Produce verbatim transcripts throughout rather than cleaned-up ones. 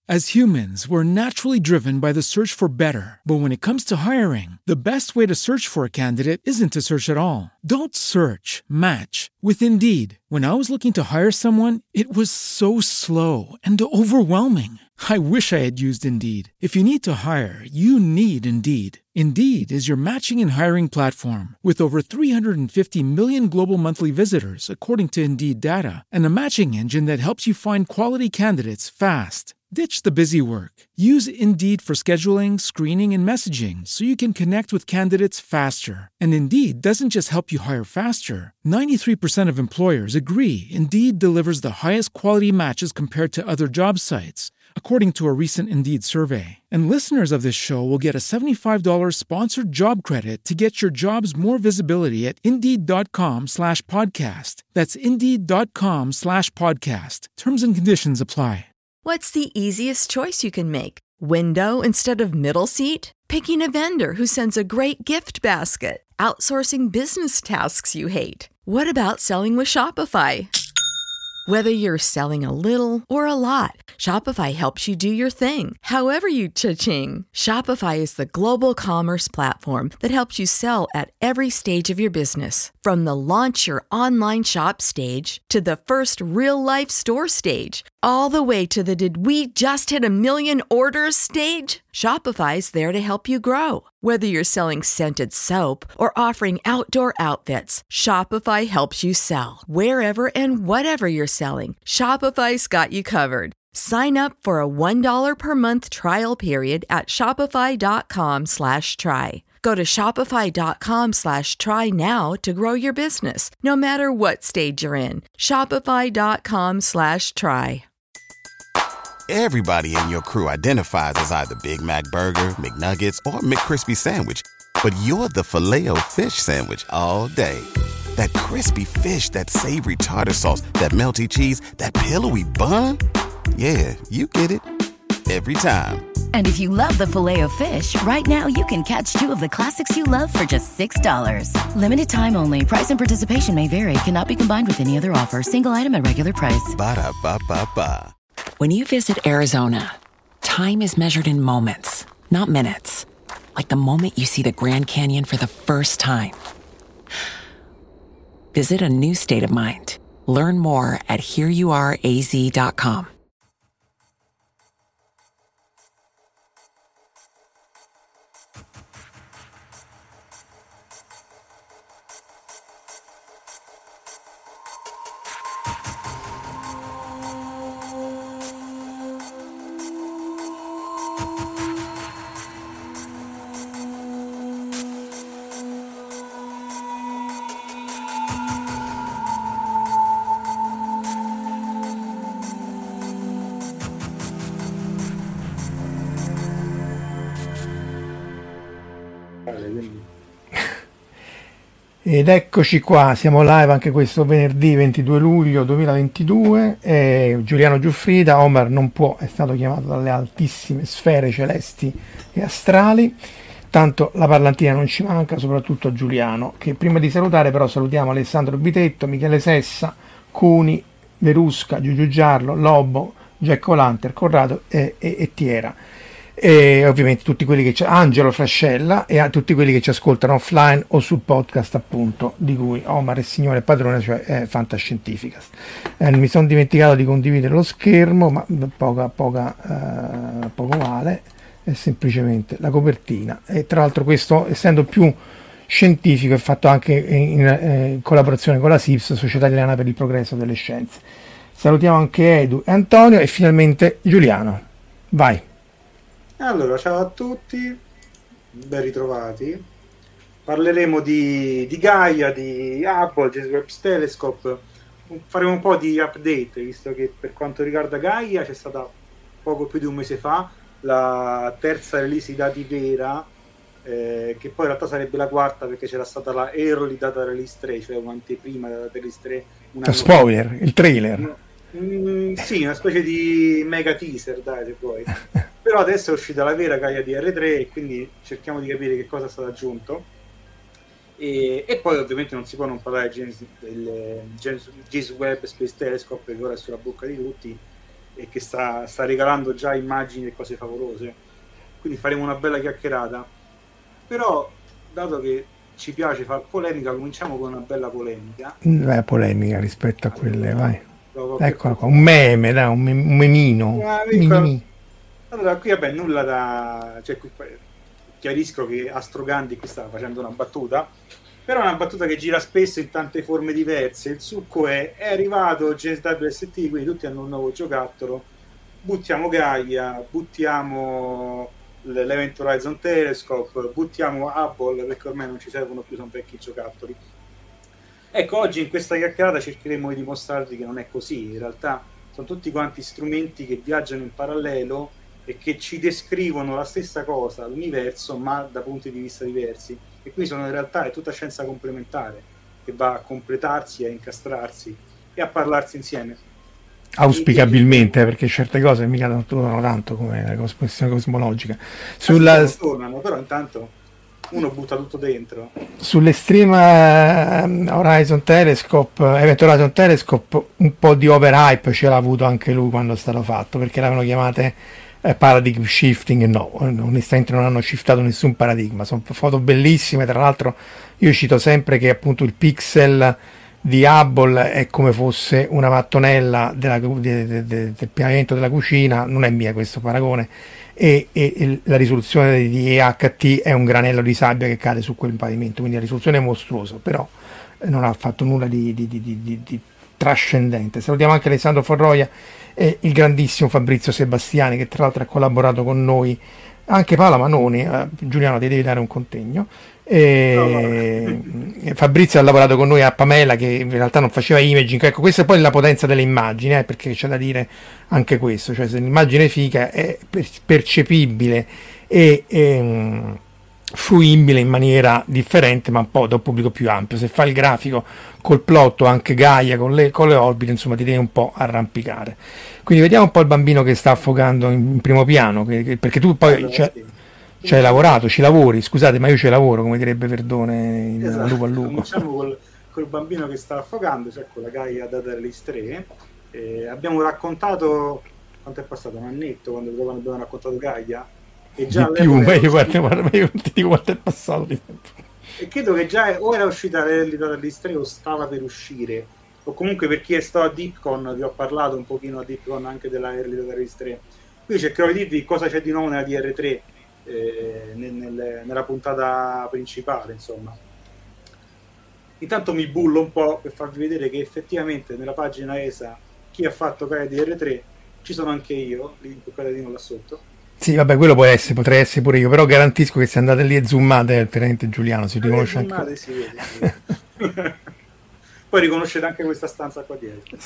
As humans, we're naturally driven by the search for better. But when it comes to hiring, the best way to search for a candidate isn't to search at all. Don't search, match with Indeed. When I was looking to hire someone, it was so slow and overwhelming. I wish I had used Indeed. If you need to hire, you need Indeed. Indeed is your matching and hiring platform with over three hundred fifty million global monthly visitors, according to Indeed data, and a matching engine that helps you find quality candidates fast. Ditch the busy work. Use Indeed for scheduling, screening, and messaging so you can connect with candidates faster. And Indeed doesn't just help you hire faster. ninety-three percent of employers agree Indeed delivers the highest quality matches compared to other job sites, according to a recent Indeed survey. And listeners of this show will get a seventy-five dollars sponsored job credit to get your jobs more visibility at Indeed.com slash podcast. That's Indeed.com slash podcast. Terms and conditions apply. What's the easiest choice you can make? Window instead of middle seat? Picking a vendor who sends a great gift basket? Outsourcing business tasks you hate? What about selling with Shopify? Whether you're selling a little or a lot, Shopify helps you do your thing, however you cha-ching. Shopify is the global commerce platform that helps you sell at every stage of your business. From the launch your online shop stage to the first real-life store stage, all the way to the did we just hit a million orders stage. Shopify's there to help you grow. Whether you're selling scented soap or offering outdoor outfits, Shopify helps you sell. Wherever and whatever you're selling, Shopify's got you covered. Sign up for a one dollar per month trial period at shopify.com slash try. Go to shopify.com slash try now to grow your business, no matter what stage you're in. Shopify.com slash try. Everybody in your crew identifies as either Big Mac Burger, McNuggets, or McCrispy Sandwich. But you're the Filet-O-Fish Sandwich all day. That crispy fish, that savory tartar sauce, that melty cheese, that pillowy bun. Yeah, you get it. Every time. And if you love the Filet-O-Fish, right now you can catch two of the classics you love for just six dollars. Limited time only. Price and participation may vary. Cannot be combined with any other offer. Single item at regular price. Ba-da-ba-ba-ba. When you visit Arizona, time is measured in moments, not minutes. Like the moment you see the Grand Canyon for the first time. Visit a new state of mind. Learn more at here you are a z dot com. Ed eccoci qua, siamo live anche questo venerdì ventidue luglio duemilaventidue. E Giuliano Giuffrida, Omar non può, è stato chiamato dalle altissime sfere celesti e astrali, tanto la parlantina non ci manca, soprattutto a Giuliano, che prima di salutare però salutiamo Alessandro Bitetto, Michele Sessa, Cuni, Verusca, Giugiu Giarlo, Lobo, Jack O'Lantern, Corrado e, e, e Tiera. E ovviamente tutti quelli che c'è, Angelo Frascella, e a tutti quelli che ci ascoltano offline o sul podcast appunto di cui Omar è signore e padrone, cioè è Fantascientificast. Eh, mi sono dimenticato di condividere lo schermo, ma poca, poca, eh, poco male, è semplicemente la copertina. E tra l'altro questo, essendo più scientifico, è fatto anche in, eh, in collaborazione con la S I P S, Società Italiana per il Progresso delle Scienze. Salutiamo anche Edu e Antonio e finalmente Giuliano. Vai. Allora, ciao a tutti, ben ritrovati. Parleremo di, di Gaia, di Hubble, James Webb Telescope. Faremo un po' di update, visto che per quanto riguarda Gaia c'è stata poco più di un mese fa la terza release di dati vera, eh, che poi in realtà sarebbe la quarta, perché c'era stata la Early Data Release tre, cioè un'anteprima della Data Release tre. Lo spoiler, il trailer. Mm, sì, una specie di mega teaser, dai, se vuoi. Però adesso è uscita la vera Gaia D R tre e quindi cerchiamo di capire che cosa è stato aggiunto. E, e poi ovviamente non si può non parlare del James, del James, James Webb Space Telescope, che ora è sulla bocca di tutti, e che sta, sta regalando già immagini e cose favolose, quindi faremo una bella chiacchierata. Però, dato che ci piace fare polemica, cominciamo con una bella polemica. Beh, polemica rispetto a quelle, allora, vai. Ecco qua, un meme, dai, un, mem- un memino. Allora, allora, qui vabbè, nulla da... Cioè, qui, chiarisco che Astro Gandhi qui stava facendo una battuta, però è una battuta che gira spesso in tante forme diverse. Il succo è, è arrivato G S W S T, quindi tutti hanno un nuovo giocattolo, buttiamo Gaia, buttiamo l'Event Horizon Telescope, buttiamo Hubble, perché ormai non ci servono più, sono vecchi giocattoli. Ecco, oggi in questa chiacchierata cercheremo di dimostrarvi che non è così. In realtà sono tutti quanti strumenti che viaggiano in parallelo e che ci descrivono la stessa cosa, l'universo, ma da punti di vista diversi. E qui sono in realtà è tutta scienza complementare che va a completarsi, a incastrarsi e a parlarsi insieme. Auspicabilmente, e, perché certe cose mica non durano tanto come la questione cosmologica. Sulla... tornano, però intanto uno butta tutto dentro. Sull'Extreme Horizon Telescope, Event Horizon Telescope, un po' di overhype ce l'ha avuto anche lui quando è stato fatto, perché l'avevano chiamate eh, paradigm shifting, e no, onestamente non hanno shiftato nessun paradigma, sono foto bellissime. Tra l'altro io cito sempre che appunto il pixel di Hubble è come fosse una mattonella della, de, de, de, del pianeta della cucina, non è mia questo paragone, e, e, e la risoluzione di E H T è un granello di sabbia che cade su quel pavimento, quindi la risoluzione è mostruosa, però non ha fatto nulla di, di, di, di, di trascendente. Salutiamo anche Alessandro Forroia e il grandissimo Fabrizio Sebastiani, che tra l'altro ha collaborato con noi, anche Paola Manoni. eh, Giuliano, ti devi dare un contegno. E no, Fabrizio ha lavorato con noi a Pamela, che in realtà non faceva imaging. Ecco, questa è poi la potenza delle immagini, eh, perché c'è da dire anche questo, cioè se l'immagine figa è percepibile e, e fruibile in maniera differente, ma un po' da un pubblico più ampio. Se fai il grafico col plot o anche Gaia con le, con le orbite, insomma ti devi un po' arrampicare. Quindi vediamo un po' il bambino che sta affogando in, in primo piano, che, che, perché tu poi allora, cioè, sì. ci hai lavorato, ci lavori, scusate, ma io ci lavoro, come direbbe Verdone in esatto. Lupo al lupo. Cominciamo col, col bambino che sta affogando, cioè con la Gaia Data Release tre. Eh, abbiamo raccontato, quanto è passato? Un annetto quando abbiamo raccontato Gaia? E già di più, ma io, guarda, guarda, io non ti dico quanto è passato di tempo. E credo che già o era uscita l'Early Data Release tre o stava per uscire, o comunque per chi è stato a DeepCon, vi ho parlato un pochino a DeepCon anche della Early Data Release tre. Qui cercherò di dirvi cosa c'è di nuovo nella D R tre eh, nel, nel, nella puntata principale, insomma. Intanto mi bullo un po' per farvi vedere che effettivamente nella pagina E S A chi ha fatto Gaia D R tre ci sono anche io, lì toccate là sotto. Sì, vabbè, quello può essere, potrei essere pure io, però garantisco che se andate lì e zoomate è veramente Giuliano, si riconosce anche. Zoomate, si vede, si vede. Poi riconoscete anche questa stanza qua dietro.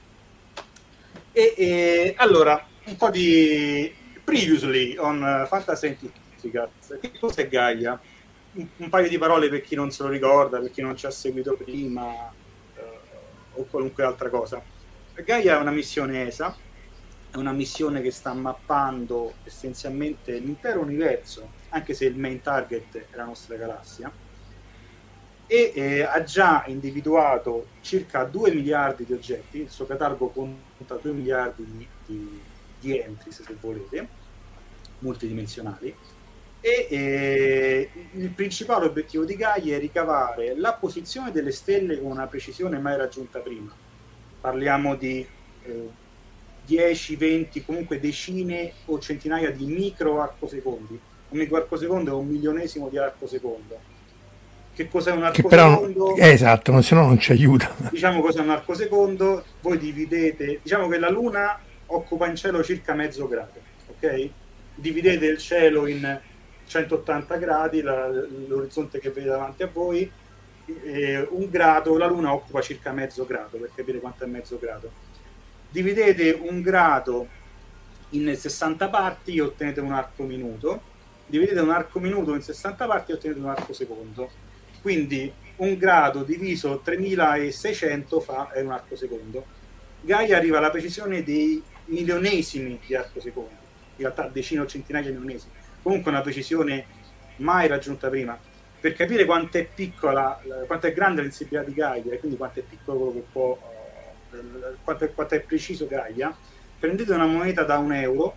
E, e allora, un po' di previously on Fantasy Scientificats. Che cos'è Gaia? Un, un paio di parole per chi non se lo ricorda, per chi non ci ha seguito prima eh, o qualunque altra cosa. Gaia è una missione E S A, è una missione che sta mappando essenzialmente l'intero universo, anche se il main target è la nostra galassia, e eh, ha già individuato circa due miliardi di oggetti. Il suo catalogo conta due miliardi di, di, di entries, se volete, multidimensionali, e eh, il principale obiettivo di Gaia è ricavare la posizione delle stelle con una precisione mai raggiunta prima. Parliamo di eh, dieci, venti, comunque decine o centinaia di micro arcosecondi. Un micro arcosecondo è un milionesimo di arcosecondo. Che cos'è un arcosecondo? Però, eh, esatto, non, se no non ci aiuta. Diciamo cos'è un arcosecondo, voi dividete, diciamo che la Luna occupa in cielo circa mezzo grado, ok? Dividete il cielo in centottanta gradi, la, l'orizzonte che vedete davanti a voi, e un grado, la Luna occupa circa mezzo grado, per capire quanto è mezzo grado. Dividete un grado in sessanta parti e ottenete un arco minuto. Dividete un arco minuto in sessanta parti e ottenete un arco secondo. Quindi un grado diviso tremilaseicento fa è un arco secondo. Gaia arriva alla precisione dei milionesimi di arco secondo, in realtà decine o centinaia di milionesimi, comunque una precisione mai raggiunta prima. Per capire quanto è piccola, quanto è grande l'insensibilità di Gaia e quindi quanto è piccolo quello che può, quanto è, quanto è preciso Gaia, prendete una moneta da un euro,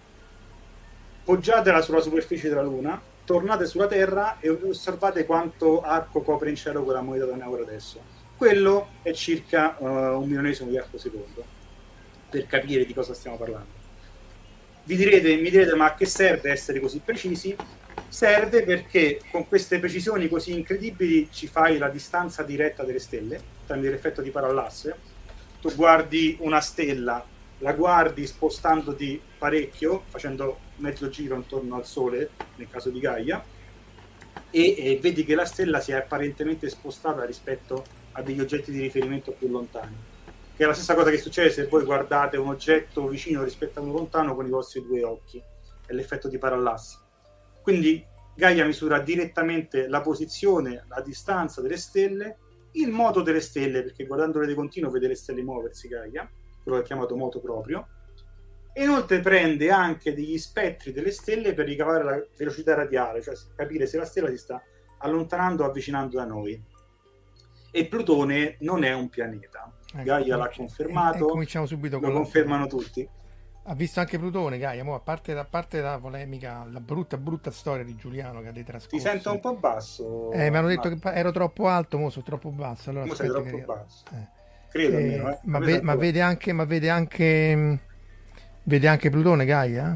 poggiatela sulla superficie della Luna, tornate sulla Terra e osservate quanto arco copre in cielo quella moneta da un euro adesso. Quello è circa uh, un milionesimo di arco secondo, per capire di cosa stiamo parlando. Vi direte, mi direte, ma a che serve essere così precisi? Serve perché con queste precisioni così incredibili ci fai la distanza diretta delle stelle, tramite l'effetto di parallasse. Tu guardi una stella, la guardi spostandoti parecchio, facendo mezzo giro intorno al Sole, nel caso di Gaia, e, e vedi che la stella si è apparentemente spostata rispetto a degli oggetti di riferimento più lontani, che è la stessa cosa che succede se voi guardate un oggetto vicino rispetto a uno lontano con i vostri due occhi, è l'effetto di parallasse. Quindi Gaia misura direttamente la posizione, la distanza delle stelle, il moto delle stelle, perché guardandole di continuo vede le stelle muoversi Gaia, quello che è chiamato moto proprio, e inoltre prende anche degli spettri delle stelle per ricavare la velocità radiale, cioè capire se la stella si sta allontanando o avvicinando da noi. E Plutone non è un pianeta. Ecco, Gaia l'ha confermato, e cominciamo subito con lo confermano tutti. Ha visto anche Plutone, Gaia, mo, a parte, a parte la polemica, la brutta brutta storia di Giuliano che ha dei trascorsi. Ti sento un po' basso. Eh, mi hanno detto che ero troppo alto, mo sono troppo basso. Allora mo sei troppo che... basso. Eh. Credo eh, almeno, eh. Ma, ve- ma vede anche, ma vede anche, vede anche Plutone, Gaia?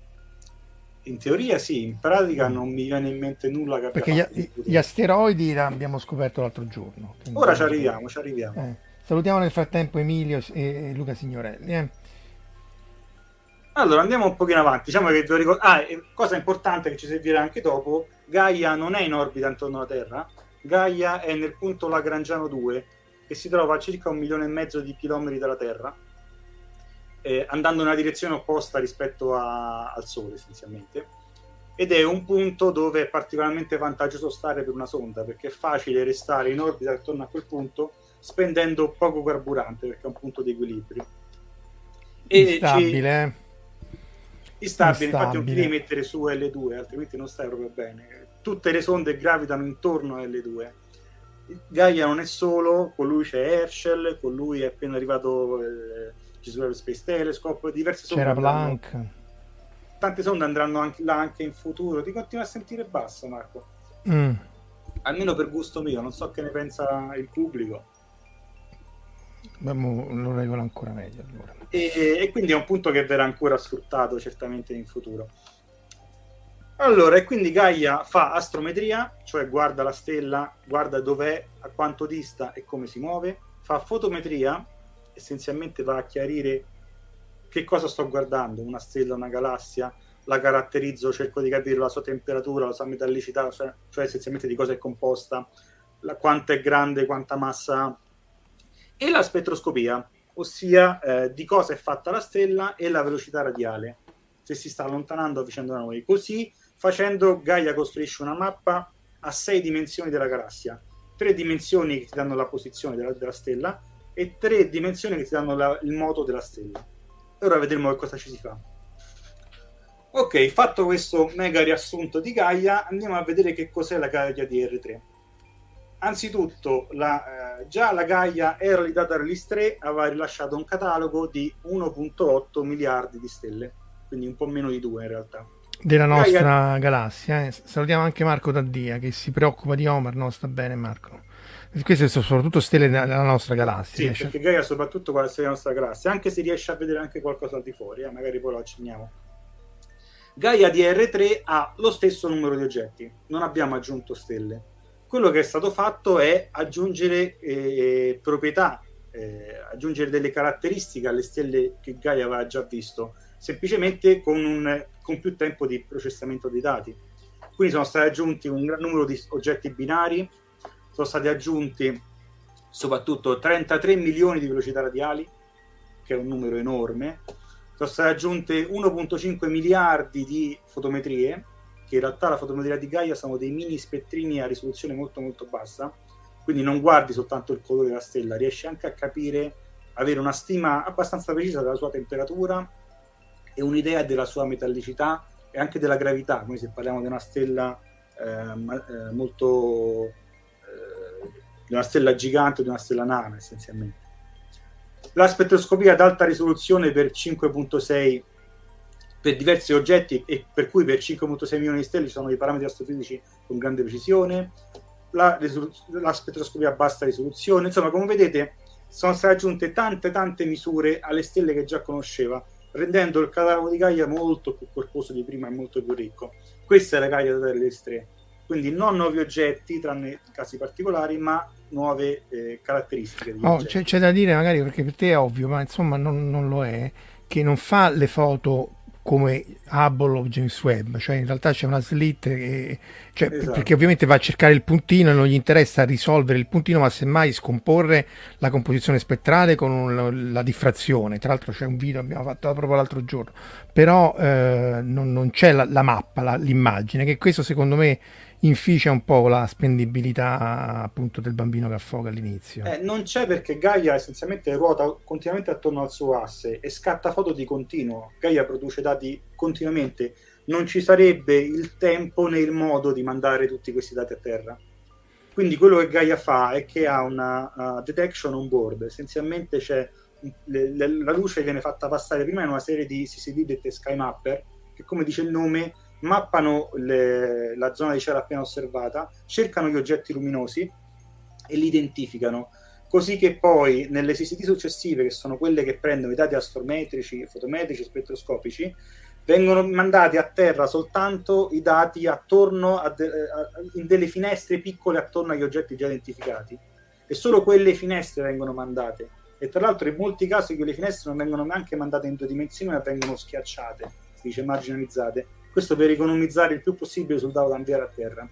In teoria sì, in pratica non mi viene in mente nulla che abbia perché fatto gli, gli asteroidi l'abbiamo scoperto l'altro giorno. Ora ci arriviamo, ci arriviamo. Eh. Salutiamo nel frattempo Emilio e Luca Signorelli. Eh. Allora andiamo un pochino avanti. Diciamo che vi ricordo... Ah, cosa importante che ci servirà anche dopo: Gaia non è in orbita intorno alla Terra, Gaia è nel punto Lagrangiano due, che si trova a circa un milione e mezzo di chilometri dalla Terra, eh, andando nella direzione opposta rispetto a, al Sole essenzialmente, ed è un punto dove è particolarmente vantaggioso stare per una sonda, perché è facile restare in orbita attorno a quel punto spendendo poco carburante, perché è un punto di equilibrio. Instabile, ci... Instabile, infatti non ti devi mettere su L due, altrimenti non stai proprio bene. Tutte le sonde gravitano intorno a L due. Gaia non è solo, con lui c'è Herschel, con lui è appena arrivato il James Space Telescope, diverse sonde. C'era Planck. Tante sonde andranno anche là anche in futuro. Ti continua a sentire basso, Marco? Mm. Almeno per gusto mio, non so che ne pensa il pubblico. Beh, lo regolo ancora meglio allora. E, e quindi è un punto che verrà ancora sfruttato certamente in futuro. Allora, e quindi Gaia fa astrometria, cioè guarda la stella, guarda dov'è, a quanto dista e come si muove, fa fotometria, essenzialmente va a chiarire che cosa sto guardando, una stella, una galassia, la caratterizzo, cerco di capire la sua temperatura, la sua metallicità, cioè, cioè essenzialmente di cosa è composta, la, quanto è grande, quanta massa ha, e la spettroscopia, ossia eh, di cosa è fatta la stella e la velocità radiale, se si sta allontanando o avvicinando da noi. Così facendo Gaia costruisce una mappa a sei dimensioni della galassia, tre dimensioni che ti danno la posizione della, della stella e tre dimensioni che ti danno la, il moto della stella. E ora vedremo che cosa ci si fa. Ok, fatto questo mega riassunto di Gaia, andiamo a vedere che cos'è la Gaia D R tre. Anzitutto, la, eh, già la Gaia Early Data Release tre aveva rilasciato un catalogo di uno virgola otto miliardi di stelle, quindi un po' meno di due in realtà. Della nostra Gaia... galassia. Eh. Salutiamo anche Marco Daddia che si preoccupa di Homer. No, sta bene Marco. Queste sono soprattutto stelle della nostra galassia. Sì, riesce... perché Gaia soprattutto quella stella della nostra galassia, anche se riesce a vedere anche qualcosa al di fuori, eh, magari poi lo accenniamo. Gaia D R tre ha lo stesso numero di oggetti, non abbiamo aggiunto stelle. Quello che è stato fatto è aggiungere eh, proprietà, eh, aggiungere delle caratteristiche alle stelle che Gaia aveva già visto, semplicemente con, un, con più tempo di processamento dei dati. Quindi sono stati aggiunti un gran numero di oggetti binari, sono stati aggiunti soprattutto trentatré milioni di velocità radiali, che è un numero enorme, sono state aggiunte uno virgola cinque miliardi di fotometrie, che in realtà la fotometria di Gaia sono dei mini spettrini a risoluzione molto molto bassa, quindi non guardi soltanto il colore della stella, riesci anche a capire, avere una stima abbastanza precisa della sua temperatura e un'idea della sua metallicità e anche della gravità, come se parliamo di una stella eh, molto eh, di una stella gigante o di una stella nana essenzialmente. la spettroscopia ad alta risoluzione per cinque virgola sei per diversi oggetti, e per cui per cinque virgola sei milioni di stelle ci sono dei parametri astrofisici con grande precisione, la, la spettroscopia a bassa risoluzione. Insomma, come vedete, sono state aggiunte tante tante misure alle stelle che già conosceva, rendendo il catalogo di Gaia molto più corposo di prima e molto più ricco. Questa è la Gaia delle tre, quindi non nuovi oggetti, tranne casi particolari, ma nuove eh, caratteristiche. Oh, c'è, c'è da dire, magari perché per te è ovvio, ma insomma non, non lo è, che non fa le foto come Hubble o James Webb, cioè in realtà c'è una slit che, cioè, esatto. Perché ovviamente va a cercare il puntino e non gli interessa risolvere il puntino, ma semmai scomporre la composizione spettrale con un, la diffrazione. Tra l'altro c'è un video che abbiamo fatto proprio l'altro giorno, però eh, non, non c'è la, la mappa, la, l'immagine, che questo secondo me inficia un po' la spendibilità appunto del bambino che affoga all'inizio. Eh, non c'è, perché Gaia essenzialmente ruota continuamente attorno al suo asse e scatta foto di continuo. Gaia produce dati continuamente, non ci sarebbe il tempo né il modo di mandare tutti questi dati a terra. Quindi quello che Gaia fa è che ha una uh, detection on board, essenzialmente c'è le, le, la luce viene fatta passare prima in una serie di C C D dette Sky Mapper, che come dice il nome mappano le, la zona di cielo appena osservata, cercano gli oggetti luminosi e li identificano, così che poi nelle C C D successive, che sono quelle che prendono i dati astrometrici, fotometrici, spettroscopici, vengono mandati a terra soltanto i dati attorno a de, a, in delle finestre piccole attorno agli oggetti già identificati, e solo quelle finestre vengono mandate. E tra l'altro in molti casi quelle finestre non vengono neanche mandate in due dimensioni, ma vengono schiacciate, si dice marginalizzate. Questo per economizzare il più possibile sul dato da inviare a terra.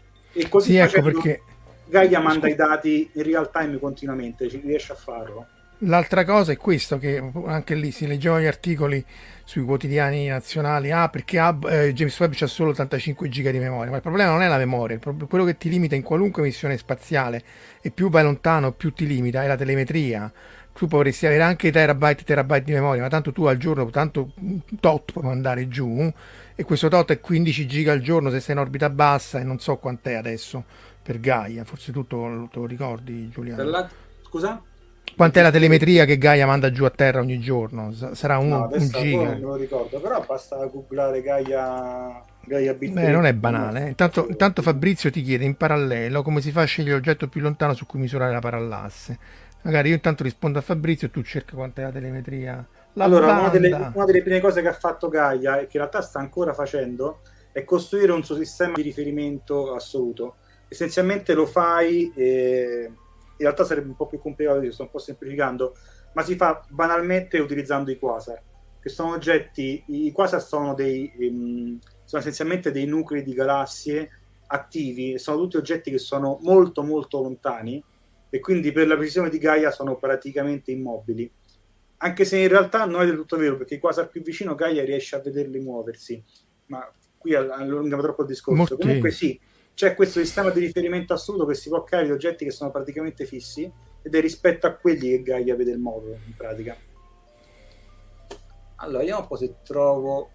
E così sì, facendo, ecco perché Gaia manda i dati in real time continuamente, ci riesce a farlo. L'altra cosa è questo, che anche lì si leggeva gli articoli sui quotidiani nazionali, ah perché ah, eh, James Webb c'ha solo ottantacinque giga di memoria, ma il problema non è la memoria, il pro- quello che ti limita in qualunque missione spaziale, e più vai lontano più ti limita, è la telemetria. Tu potresti avere anche terabyte e terabyte di memoria, ma tanto tu al giorno, tanto tot puoi mandare giù, e questo tot è quindici giga al giorno se sei in orbita bassa, e non so quant'è adesso per Gaia, forse tu te lo ricordi, Giuliano? La... Scusa? Quant'è la telemetria che Gaia manda giù a terra ogni giorno? Sarà un, no, un giga? Non me lo ricordo, però basta googlare Gaia, Gaia B tre. Beh, non è banale. Eh. Intanto, intanto Fabrizio ti chiede in parallelo come si fa a scegliere l'oggetto più lontano su cui misurare la parallasse. Magari io intanto rispondo a Fabrizio e tu cerca quant'è la telemetria. La allora, una delle, una delle prime cose che ha fatto Gaia, e che in realtà sta ancora facendo, è costruire un suo sistema di riferimento assoluto. Essenzialmente lo fai, e in realtà sarebbe un po' più complicato, io sto un po' semplificando, ma si fa banalmente utilizzando i quasar, che sono oggetti, i quasar sono dei um, sono essenzialmente dei nuclei di galassie attivi, e sono tutti oggetti che sono molto molto lontani, e quindi per la precisione di Gaia sono praticamente immobili, anche se in realtà non è del tutto vero, perché i quasar più vicino Gaia riesce a vederli muoversi, ma qui allunghiamo troppo il discorso. Molti. Comunque sì, c'è questo sistema di riferimento assoluto che si può creare di oggetti che sono praticamente fissi, ed è rispetto a quelli che Gaia vede il modo, in pratica. Allora, vediamo un po' se trovo...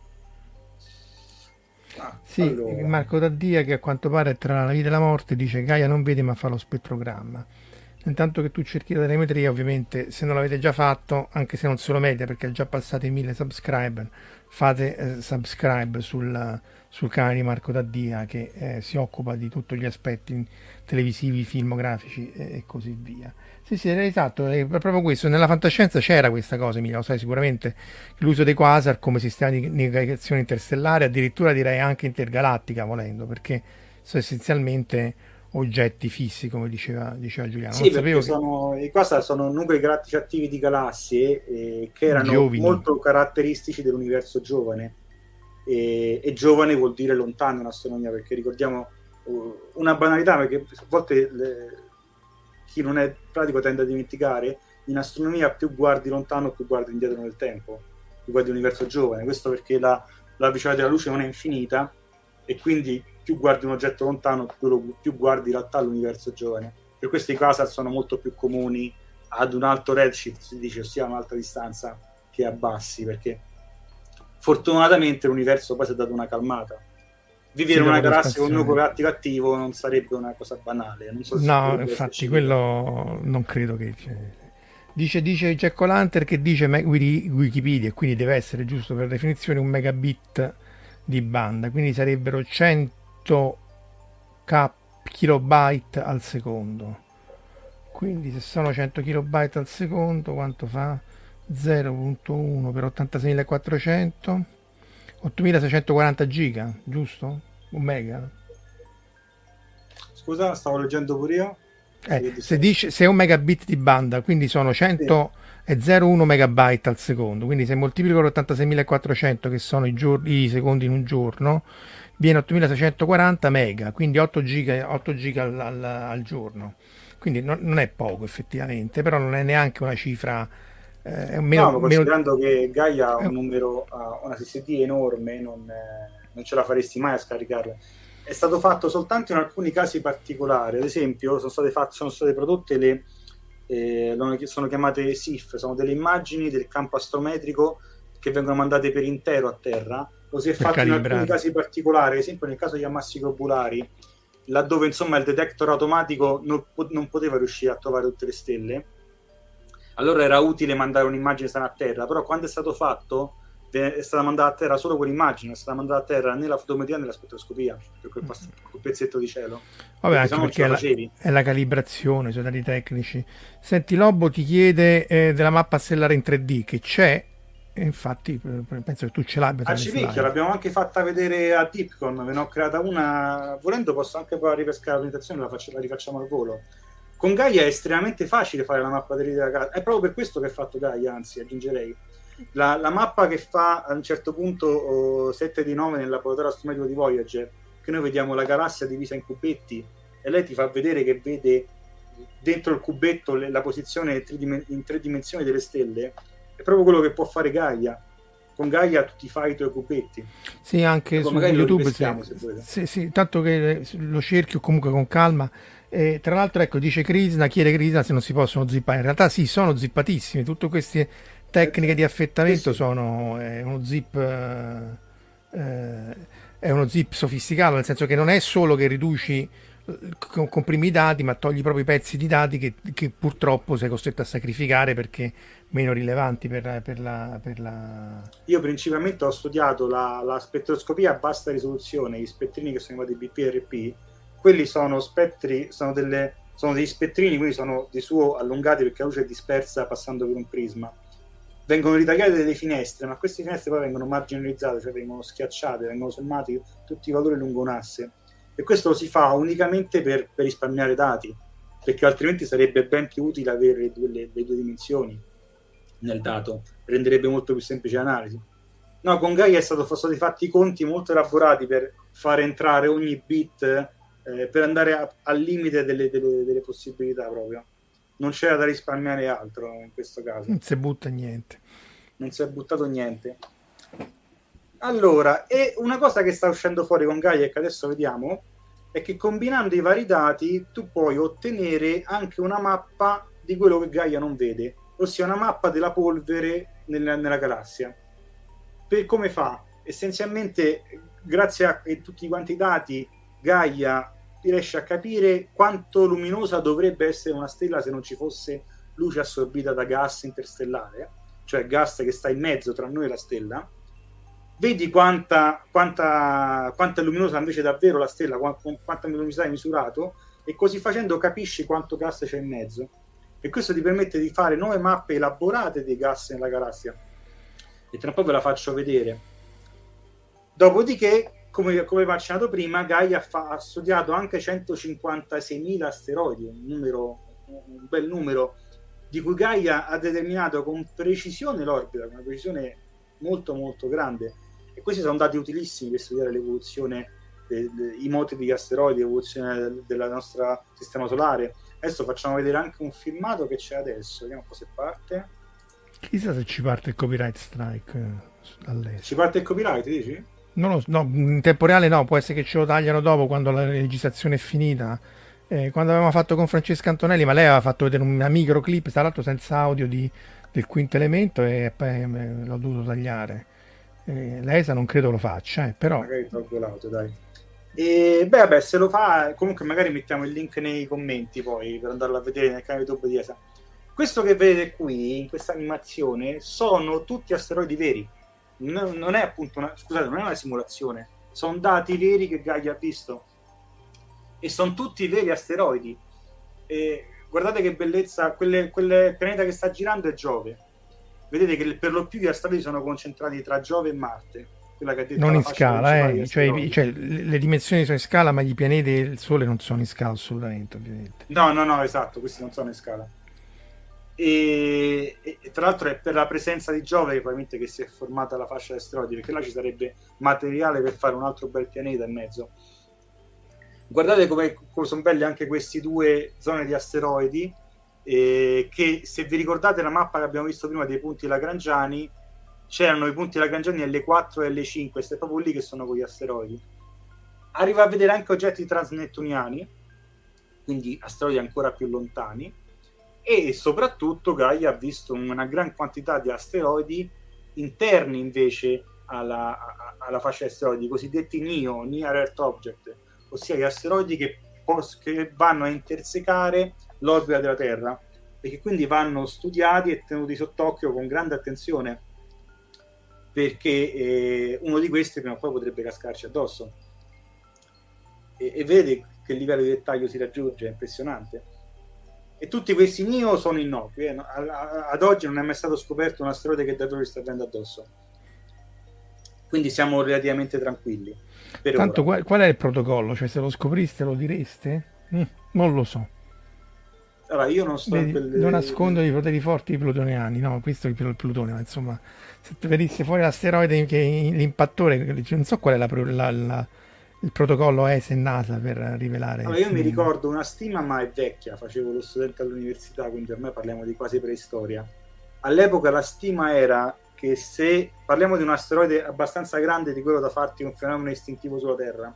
Ah, sì, allora. Marco Daddia, che a quanto pare tra la vita e la morte, dice Gaia non vede ma fa lo spettrogramma. Intanto che tu cerchi la telemetria, ovviamente, se non l'avete già fatto, anche se non se lo merita perché è già passato i mille subscriber, fate eh, subscribe sul, sul canale di Marco Daddia, che eh, si occupa di tutti gli aspetti televisivi, filmografici e, e così via. Sì, sì, esatto, è proprio questo. Nella fantascienza c'era questa cosa, Emilia, lo sai sicuramente, l'uso dei quasar come sistema di navigazione interstellare, addirittura direi anche intergalattica, volendo, perché sono essenzialmente oggetti fissi, come diceva, diceva Giuliano. Sì, non perché sapevo sono, che... i quasar sono nuclei galattici attivi di galassie eh, che erano Giovini. molto caratteristici dell'universo giovane, e, e giovane vuol dire lontano in astronomia, perché ricordiamo uh, una banalità, perché a volte le, chi non è pratico tende a dimenticare, in astronomia più guardi lontano più guardi indietro nel tempo, più guardi l'universo giovane. Questo perché la, la velocità della luce non è infinita, e quindi più guardi un oggetto lontano più, più guardi in realtà l'universo giovane. Per questo i quasar sono molto più comuni ad un alto redshift, si dice, ossia a un'alta distanza, che a bassi, perché fortunatamente l'universo poi si è dato una calmata. Vivere in una galassia con un nucleo galattico attivo non sarebbe una cosa banale. Non so se no, infatti quello non credo che... Cioè, Dice, dice Jack O'Lantern che dice Wikipedia, e quindi deve essere giusto per definizione un megabit di banda, quindi sarebbero cento kilobyte al secondo. Quindi se sono cento kilobyte al secondo, quanto fa? zero virgola uno per ottantaseimilaquattrocento, ottomilaseicentoquaranta giga, giusto? Un mega. Scusa, stavo leggendo pure io. Eh, se dice se è un megabit di banda, quindi sono cento e zero virgola uno megabyte al secondo, quindi se moltiplico con ottantaseimilaquattrocento, che sono i, giorni, i secondi in un giorno, viene ottomilaseicentoquaranta mega, quindi otto giga, otto giga al, al, al giorno. Quindi non, non è poco effettivamente, però non è neanche una cifra eh, è meno, no, considerando meno... che Gaia ha un numero, ha una S S D enorme, non, eh, non ce la faresti mai a scaricarla. È stato fatto soltanto in alcuni casi particolari. Ad esempio sono state, fatte, sono state prodotte le eh, sono chiamate S I F, sono delle immagini del campo astrometrico che vengono mandate per intero a terra. Lo si è fatto in alcuni casi particolari, ad esempio nel caso di ammassi globulari, laddove insomma il detector automatico non, non poteva riuscire a trovare tutte le stelle, allora era utile mandare un'immagine sana a terra. Però quando è stato fatto è stata mandata a terra solo quell'immagine, è stata mandata a terra né la fotometria né la spettroscopia, per quel, pass- quel pezzetto di cielo. Vabbè, anche perché è la, è la calibrazione, sono dati tecnici. Senti, Lobo ti chiede eh, della mappa stellare in tre D, che c'è, e infatti penso che tu ce l'abbia. A Civicchio l'abbiamo anche fatta vedere a Dipcon, ve ne ho creata una, volendo posso anche provare a ripescare la presentazione, la, faccio, la rifacciamo al volo. Con Gaia è estremamente facile fare la mappa della galassia, è proprio per questo che ha fatto Gaia, anzi aggiungerei. La, la mappa che fa a un certo punto oh, sette di nove nel laboratorio astrometrico di Voyager, che noi vediamo la galassia divisa in cubetti e lei ti fa vedere che vede dentro il cubetto le, la posizione tridim- in tre dimensioni delle stelle, è proprio quello che può fare Gaia. Con Gaia tu ti fai i tuoi cubetti. Sì, anche su YouTube sì, sì, sì, tanto che lo cerchi o comunque con calma. E tra l'altro, ecco, dice Krishna, chiede Krishna se non si possono zippare. In realtà sì, sono zippatissimi, tutte queste tecniche di affettamento sì, sì. sono è uno zip eh, è uno zip sofisticato, nel senso che non è solo che riduci, comprimi i dati, ma togli proprio i pezzi di dati che, che purtroppo sei costretto a sacrificare perché meno rilevanti per, per, la, per la... Io principalmente ho studiato la, la spettroscopia a bassa risoluzione, gli spettrini che sono chiamati B P R P. Quelli sono spettri, sono, delle, sono degli spettrini, quindi sono di suo allungati perché la luce è dispersa passando per un prisma. Vengono ritagliate delle finestre, ma queste finestre poi vengono marginalizzate, cioè vengono schiacciate, vengono sommati tutti i valori lungo un asse. E questo lo si fa unicamente per, per risparmiare dati, perché altrimenti sarebbe ben più utile avere le due, le, le due dimensioni nel dato, renderebbe molto più semplice l'analisi. No, con Gaia è stato, sono stati fatti i conti molto elaborati per far entrare ogni bit, eh, per andare a, al limite delle, delle, delle possibilità proprio. Non c'era da risparmiare altro in questo caso. Non si butta niente. Non si è buttato niente. Allora, e una cosa che sta uscendo fuori con Gaia e che adesso vediamo è che combinando i vari dati tu puoi ottenere anche una mappa di quello che Gaia non vede, ossia una mappa della polvere nella, nella galassia. Per come fa? Essenzialmente, grazie a tutti quanti i dati, Gaia riesce a capire quanto luminosa dovrebbe essere una stella se non ci fosse luce assorbita da gas interstellare, cioè gas che sta in mezzo tra noi e la stella. Vedi quanta, quanta, quanta è luminosa invece davvero la stella, quanta, quanta luminosità hai misurato, e così facendo capisci quanto gas c'è in mezzo. E questo ti permette di fare nuove mappe elaborate dei gas nella galassia. E tra un po' ve la faccio vedere. Dopodiché, come, come vi ho accennato prima, Gaia fa, ha studiato anche centocinquantaseimila asteroidi, un numero, un bel numero, di cui Gaia ha determinato con precisione l'orbita, con una precisione molto molto grande. E questi sono dati utilissimi per studiare l'evoluzione, de, de, i moti di asteroidi, l'evoluzione del nostro sistema solare. Adesso facciamo vedere anche un filmato che c'è adesso, vediamo un po' se parte. Chissà se ci parte il copyright strike all'estero. Ci parte il copyright, dici? Non lo, no, in tempo reale no, può essere che ce lo tagliano dopo quando la registrazione è finita. Eh, quando avevamo fatto con Francesca Antonelli, ma lei aveva fatto vedere una microclip, tra l'altro senza audio, di, del quinto elemento, e poi eh, l'ho dovuto tagliare. Eh, l'E S A non credo lo faccia, eh, però... Magari tolgo l'audio, dai. E beh, vabbè, se lo fa, comunque magari mettiamo il link nei commenti poi per andarlo a vedere nel canale YouTube di E S A. questo che vedete qui in questa animazione sono tutti asteroidi veri, non, non è appunto una, scusate, non è una simulazione, sono dati veri che Gaia ha visto e sono tutti veri asteroidi. E guardate che bellezza, quelle, quel pianeta che sta girando è Giove, vedete che per lo più gli asteroidi sono concentrati tra Giove e Marte, quella che ha detto non in fascia scala, eh? principale cioè, degli cioè le dimensioni sono in scala, ma i pianeti e il Sole non sono in scala assolutamente, ovviamente. No, no, no, esatto, questi non sono in scala. E, e, e tra l'altro è per la presenza di Giove che probabilmente che si è formata la fascia di asteroidi, perché là ci sarebbe materiale per fare un altro bel pianeta in mezzo. Guardate come, come sono belli anche questi due zone di asteroidi, eh, che se vi ricordate la mappa che abbiamo visto prima dei punti lagrangiani, c'erano i punti lagrangiani L quattro e L cinque, è proprio lì che sono quegli asteroidi. Arriva a vedere anche oggetti transnettuniani, quindi asteroidi ancora più lontani, e soprattutto Gaia ha visto una gran quantità di asteroidi interni invece alla, alla fascia di asteroidi, i cosiddetti N I O, Near Earth Object, ossia gli asteroidi che, pos- che vanno a intersecare l'orbita della Terra e che quindi vanno studiati e tenuti sott'occhio con grande attenzione, perché eh, uno di questi prima o poi potrebbe cascarci addosso. E, e vede che livello di dettaglio si raggiunge, è impressionante. E tutti questi N I O sono innocui, eh? Ad oggi non è mai stato scoperto un asteroide che davvero sta avendo addosso, quindi siamo relativamente tranquilli per tanto. ora. Qual, qual è il protocollo? Cioè, se lo scopriste lo direste? Mm, non lo so. Allora, io non sto Vedi, in quelle... non nascondo i poteri forti plutoniani, no, questo è il plutone, ma insomma, se venisse fuori l'asteroide che l'impattore, non so qual è la, la, la, il protocollo E S E NASA per rivelare. Allora, io mi ricordo una stima, ma è vecchia, facevo lo studente all'università, quindi ormai parliamo di quasi preistoria. All'epoca la stima era che se parliamo di un asteroide abbastanza grande di quello da farti un fenomeno istintivo sulla Terra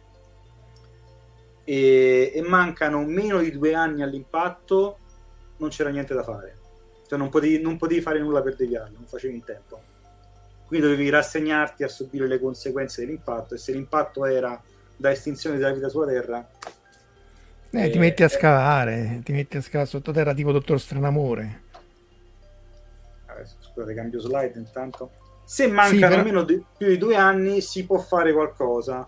e, e mancano meno di due anni all'impatto, non c'era niente da fare, cioè non potevi, non potevi fare nulla per deviarlo, non facevi in tempo, quindi dovevi rassegnarti a subire le conseguenze dell'impatto, e se l'impatto era da estinzione della vita sulla Terra, eh, eh, ti metti a scavare, ti metti a scavare sottoterra tipo Dottor Stranamore. Adesso, scusate, cambio slide intanto. Se mancano sì, però... almeno di, più di due anni si può fare qualcosa.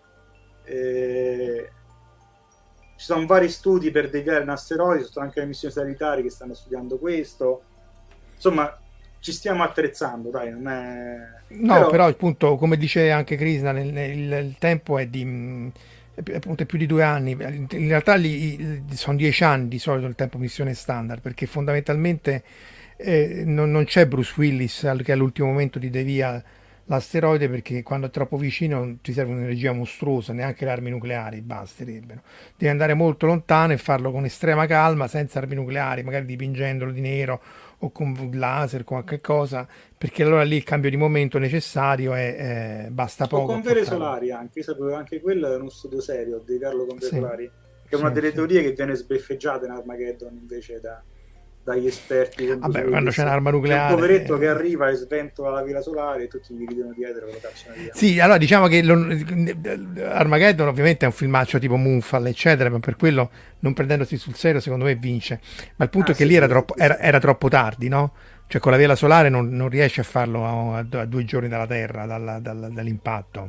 Eh, ci sono vari studi per deviare un asteroide, ci sono anche le missioni satellitari che stanno studiando questo, insomma ci stiamo attrezzando, dai, non è... no, però, però appunto come dice anche Krishna, nel, nel, il tempo è di è, appunto è più di due anni, in realtà lì, sono dieci anni di solito il tempo missione standard, perché fondamentalmente eh, non, non c'è Bruce Willis che all'ultimo momento ti devia l'asteroide, perché quando è troppo vicino non ti serve un'energia mostruosa, neanche le armi nucleari basterebbero, devi andare molto lontano e farlo con estrema calma, senza armi nucleari, magari dipingendolo di nero o con laser, con qualche cosa, perché allora lì il cambio di momento necessario è, è basta poco. O con vele solari anche, io sapevo anche quello è uno studio serio, dedicarlo con vele sì, solari, che è sì, una delle sì. teorie che viene sbeffeggiata in Armageddon invece da... dagli esperti. Vabbè, quando c'è un'arma nucleare, c'è un poveretto che arriva e sventola la vela solare e tutti gli ridono dietro e lo cacciano via. Sì, allora diciamo che lo, Armageddon ovviamente è un filmaccio tipo Moonfall eccetera, ma per quello, non prendendosi sul serio, secondo me vince. Ma il punto ah, è che sì, lì era troppo, era, era troppo tardi, no? Cioè con la vela solare non, non riesce a farlo a, a, a due giorni dalla Terra, dalla, dalla, dall'impatto.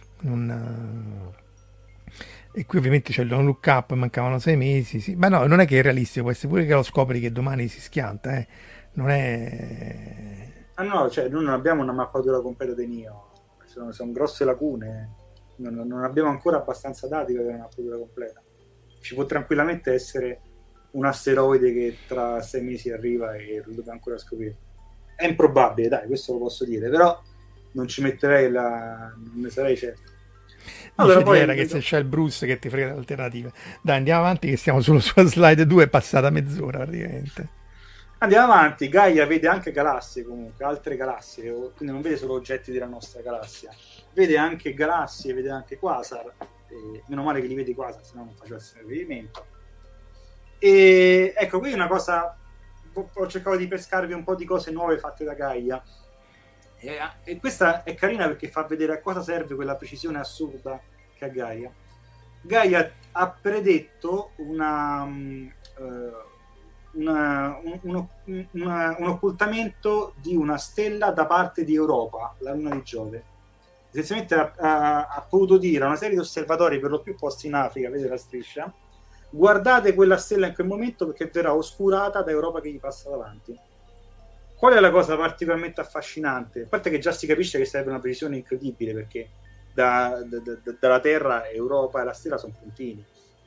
Non... E qui ovviamente c'è il look up, mancavano sei mesi, sì. Ma no, non è che è realistico, può essere pure che lo scopri che domani si schianta, eh. Non è... Ah no, cioè noi non abbiamo una mappatura completa dei N I O, sono, sono grosse lacune, non, non abbiamo ancora abbastanza dati per avere una mappatura completa. Ci può tranquillamente essere un asteroide che tra sei mesi arriva e lo dobbiamo ancora scoprire. È improbabile, dai, questo lo posso dire, però non ci metterei la... non ne sarei certo. Allora, poi era che se c'è il Bruce che ti frega l'alternativa. Dai, andiamo avanti che siamo solo sulla slide due, è passata mezz'ora praticamente. Andiamo avanti. Gaia vede anche galassie, comunque altre galassie, quindi non vede solo oggetti della nostra galassia, vede anche galassie, vede anche quasar, e meno male che li vedi quasar, se no non facessi il riferimento. E ecco, qui una cosa, ho cercato di pescarvi un po' di cose nuove fatte da Gaia. E, e questa è carina perché fa vedere a cosa serve quella precisione assurda che ha Gaia. Gaia ha predetto una, uh, una, un, un, una, un occultamento di una stella da parte di Europa, la luna di Giove. Essenzialmente ha, ha, ha potuto dire a una serie di osservatori, per lo più posti in Africa, vedete la striscia, guardate quella stella in quel momento perché verrà oscurata da Europa che gli passa davanti. Qual è la cosa particolarmente affascinante? A parte che già si capisce che serve una precisione incredibile, perché da, da, da, dalla Terra, Europa e la stella sono puntini.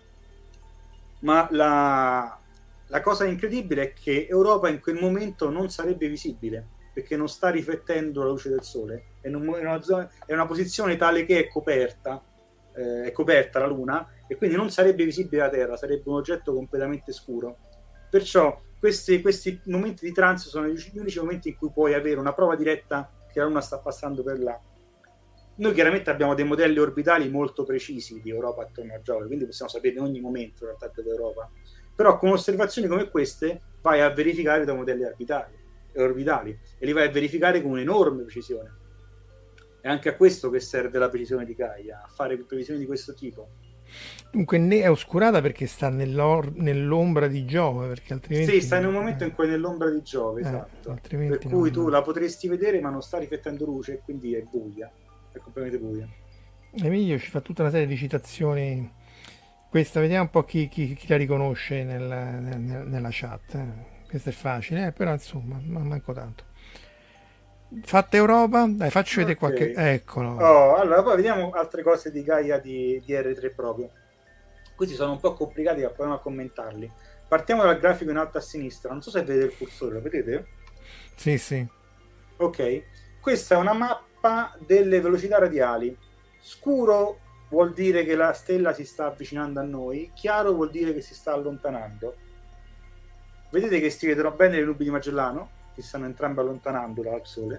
Ma la, la cosa incredibile è che Europa in quel momento non sarebbe visibile, perché non sta riflettendo la luce del Sole. È, in un, è, una, zona, è una posizione tale che è coperta, eh, è coperta la Luna, e quindi non sarebbe visibile la Terra, sarebbe un oggetto completamente scuro. Perciò questi, questi momenti di trance sono gli unici momenti in cui puoi avere una prova diretta che la Luna sta passando per là. Noi chiaramente abbiamo dei modelli orbitali molto precisi di Europa attorno a Giove, quindi possiamo sapere in ogni momento in realtà dell'Europa. Però con osservazioni come queste vai a verificare dai modelli orbitali, orbitali e li vai a verificare con un'enorme precisione. È anche a questo che serve la precisione di Gaia, a fare previsioni di questo tipo. Dunque è oscurata perché sta nell'ombra di Giove, perché altrimenti... Sì, sta in un momento in cui è nell'ombra di Giove, eh, esatto. Per cui non... tu la potresti vedere ma non sta riflettendo luce e quindi è buia, è completamente buia. Emilio ci fa tutta una serie di citazioni, questa vediamo un po' chi, chi, chi la riconosce nel, nel, nella chat, eh. Questo è facile, eh, però insomma, non manco tanto. Fatta Europa, dai, faccio vedere okay. Qualche... Eccolo. Oh, allora, poi vediamo altre cose di Gaia di, di R tre proprio. Questi sono un po' complicati, ma proviamo a commentarli. Partiamo dal grafico in alto a sinistra. Non so se vedete il cursore, lo vedete? Sì, sì. Ok. Questa è una mappa delle velocità radiali. Scuro vuol dire che la stella si sta avvicinando a noi, chiaro vuol dire che si sta allontanando. Vedete che si vedono bene le nubi di Magellano? Che stanno entrambe allontanando dal Sole.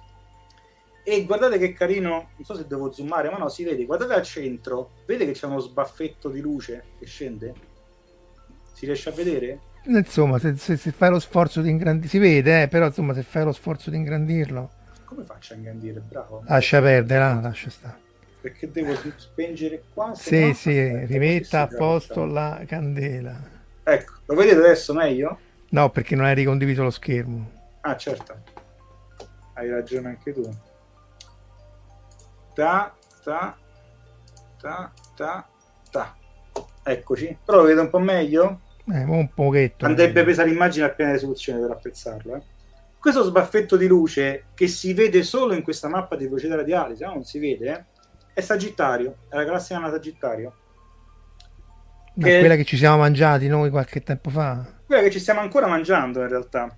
E guardate che carino, non so se devo zoomare, ma no, si vede, guardate al centro, vedete che c'è uno sbaffetto di luce che scende? Si riesce a vedere? Insomma, se, se, se fai lo sforzo di ingrandirlo, si vede, eh, però insomma, se fai lo sforzo di ingrandirlo... Come faccio a ingrandire? Bravo. Lascia perdere, là, lascia stare. Perché devo spengere qua? Sì, no, sì, aspetta, rimetta a posto la candela. Ecco, lo vedete adesso meglio? No, perché non hai ricondiviso lo schermo. Ah, certo, hai ragione anche tu. Ta, ta, ta, ta, ta. Eccoci. Però lo vedo un po' meglio? Eh, un pochetto. Andrebbe presa l'immagine a piena risoluzione per apprezzarlo. Eh. Questo sbaffetto di luce che si vede solo in questa mappa di velocità radiali, se no non si vede, eh, è Sagittario, è la galassia nana Sagittario. Che quella che ci siamo mangiati noi qualche tempo fa. Quella che ci stiamo ancora mangiando in realtà.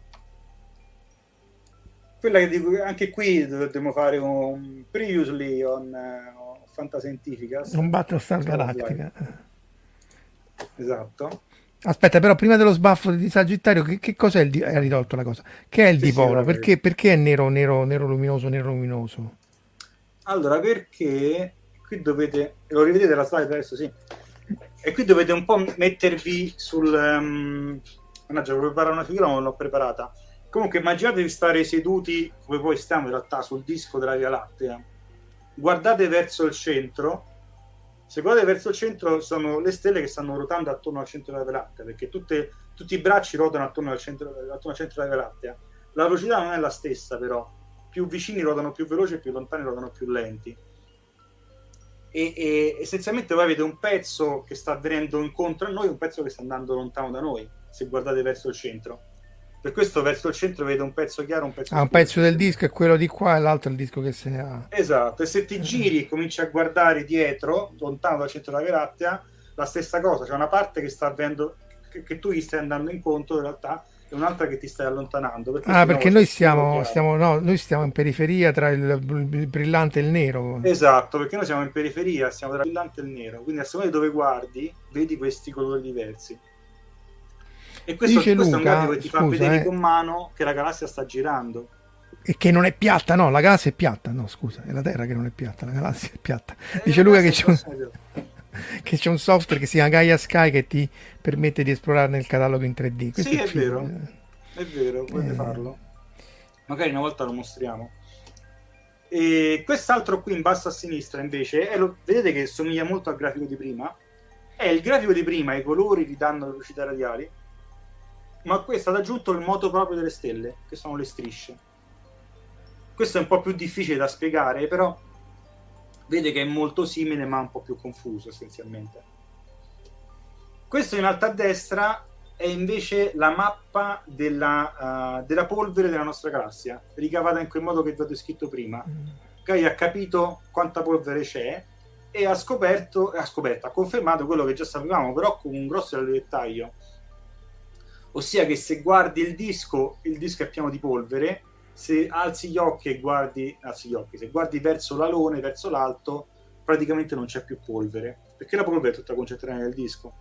Quella che dico, anche qui dovremmo fare un previously on uh, Fantascientifica. Un Battlestar Galactica. Esatto. Aspetta, però prima dello sbaffo di Sagittario, che, che cos'è il di- hai ridotto la cosa? Che è il sì, dipolo? Sì, perché, perché è nero, nero, nero luminoso, nero luminoso? Allora, perché qui dovete, lo rivedete la slide adesso, sì. E qui dovete un po' mettervi sul... Um, mannaggia, volevo preparare una figura ma non l'ho preparata. Comunque immaginate di stare seduti, come poi stiamo in realtà, sul disco della Via Lattea. Guardate verso il centro. Se guardate verso il centro sono le stelle che stanno ruotando attorno al centro della Via Lattea, perché tutte, tutti i bracci ruotano attorno al, centro, attorno al centro della Via Lattea. La velocità non è la stessa però. Più vicini ruotano più veloci e più lontani ruotano più lenti. E, e essenzialmente voi avete un pezzo che sta venendo incontro a noi e un pezzo che sta andando lontano da noi, se guardate verso il centro. Per questo verso il centro vedo un pezzo chiaro, un pezzo ah, un pezzo del disco è quello di qua e l'altro è il disco che se ne ha. Esatto, e se ti giri e cominci a guardare dietro, lontano dal centro della Via Lattea, la stessa cosa, c'è una parte che sta avendo che, che tu gli stai andando incontro in realtà e un'altra che ti stai allontanando. Perché ah, perché noi stiamo, stiamo, no, noi stiamo in periferia tra il, il brillante e il nero. Esatto, perché noi siamo in periferia, stiamo tra il brillante e il nero, quindi a seconda di dove guardi, vedi questi colori diversi. E questo, Dice questo Luca, è un grafico che ti scusa, fa vedere eh. con mano che la galassia sta girando. E che non è piatta, no, la galassia è piatta, no scusa, è la Terra che non è piatta, la galassia è piatta. Eh, Dice Luca che c'è, un, che c'è un software che si chiama Gaia Sky che ti permette di esplorare nel catalogo in tre D. Questo sì, è, è figo. vero, è vero, potete eh. farlo. Magari una volta lo mostriamo. E quest'altro qui in basso a sinistra invece, è lo, vedete che somiglia molto al grafico di prima? È il grafico di prima, i colori gli danno le velocità radiali. ma a cui è stato aggiunto il moto proprio delle stelle, che sono le strisce. Questo è un po' più difficile da spiegare, però vede che è molto simile ma un po' più confuso essenzialmente. Questo in alto a destra è invece la mappa della, uh, della polvere della nostra galassia, ricavata in quel modo che vi ho descritto prima. Gaia ha capito quanta polvere c'è e ha scoperto, ha scoperto, ha confermato quello che già sapevamo, però con un grosso dettaglio, ossia che se guardi il disco, il disco è pieno di polvere. Se alzi gli occhi e guardi, alzi gli occhi, se guardi verso l'alone, verso l'alto, praticamente non c'è più polvere, perché la polvere è tutta concentrata nel disco.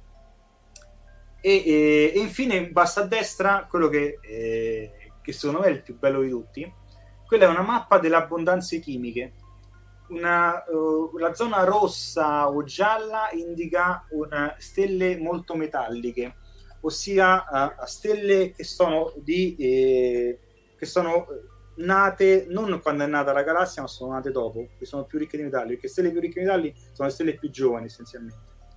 E, e, e infine in basso a destra, quello che, eh, che secondo me è il più bello di tutti, quella è una mappa delle abbondanze chimiche. Una, uh, la zona rossa o gialla indica una, stelle molto metalliche, ossia uh, stelle che sono di... Eh, che sono nate non quando è nata la galassia, ma sono nate dopo, che sono più ricche di metalli, perché stelle più ricche di metalli sono le stelle più giovani essenzialmente.